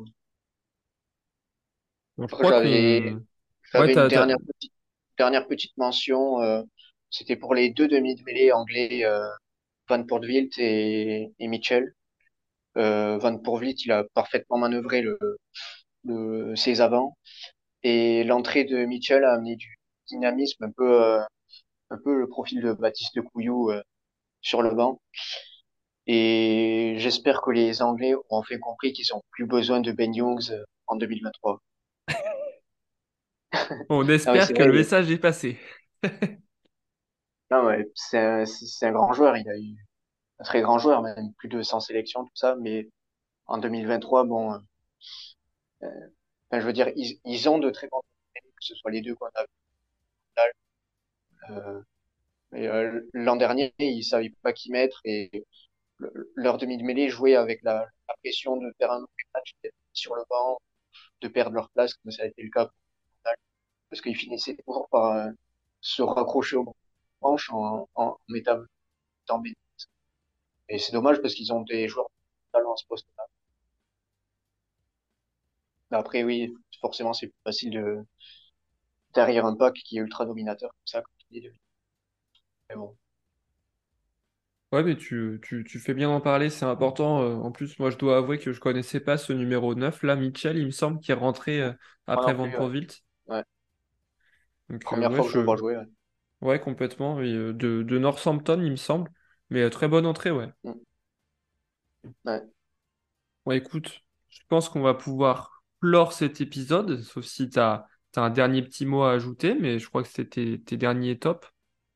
Donc, je Moi, crois qu'on... Ouais, j'avais une dernière petite mention. C'était pour les deux demi de mêlée anglais, Van Poortvliet et Mitchell. Van Poortvliet, il a parfaitement manœuvré ses avants. Et l'entrée de Mitchell a amené du dynamisme, un peu le profil de Baptiste Couillou sur le banc. Et j'espère que les Anglais ont enfin compris qu'ils ont plus besoin de Ben Youngs en 2023. on Non mais espère c'est que le vrai, message est passé. non mais c'est un grand joueur, il a eu un très grand joueur, même plus de 100 sélections, tout ça, mais en 2023, bon, enfin, je veux dire, ils ont de très bons que ce soit les deux qu'on a vu. L'an dernier, ils savaient pas qui mettre et leur demi de mêlée jouait avec la pression de faire un mauvais match, d'être sur le banc, de perdre leur place, comme ça a été le cas pour Portugal, parce qu'ils finissaient toujours par se raccrocher aux branches en mettant en B. Et c'est dommage parce qu'ils ont des joueurs de talent à ce poste-là. Après, oui, forcément, c'est plus facile derrière un pack qui est ultra dominateur, comme ça, comme tu dis. Mais bon. Ouais, mais tu fais bien d'en parler, c'est important. En plus, moi, je dois avouer que je connaissais pas ce numéro 9 là, Mitchell, il me semble, qui est rentré Moi après non Van plus, ouais. Poortvliet. Ouais. Donc, Première fois que je le vois jouer, ouais. ouais, complètement. Oui, de Northampton, il me semble. Mais très bonne entrée, ouais. Mm. Ouais. Ouais, écoute, je pense qu'on va pouvoir clore cet épisode, sauf si t'as un dernier petit mot à ajouter, mais je crois que c'était tes derniers tops.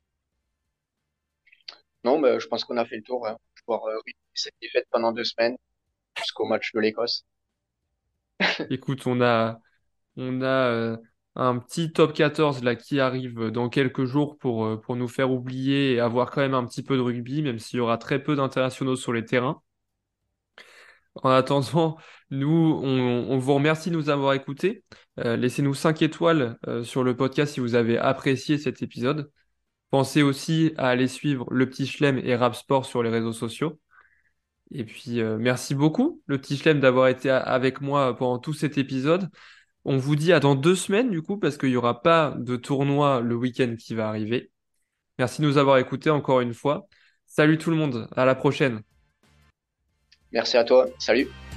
Non, je pense qu'on a fait le tour. Hein. Pouvoir cette défaite pendant 2 semaines jusqu'au match de l'Écosse. Écoute, on a un petit top 14 là qui arrive dans quelques jours pour nous faire oublier et avoir quand même un petit peu de rugby, même s'il y aura très peu d'internationaux sur les terrains. En attendant, nous, on vous remercie de nous avoir écoutés. Laissez-nous 5 étoiles sur le podcast si vous avez apprécié cet épisode. Pensez aussi à aller suivre le Petit Chelem et Rap Sport sur les réseaux sociaux. Et puis, merci beaucoup, le Petit Chelem, d'avoir été avec moi pendant tout cet épisode. On vous dit à dans 2 semaines, du coup, parce qu'il n'y aura pas de tournoi le week-end qui va arriver. Merci de nous avoir écoutés encore une fois. Salut tout le monde, à la prochaine. Merci à toi. Salut.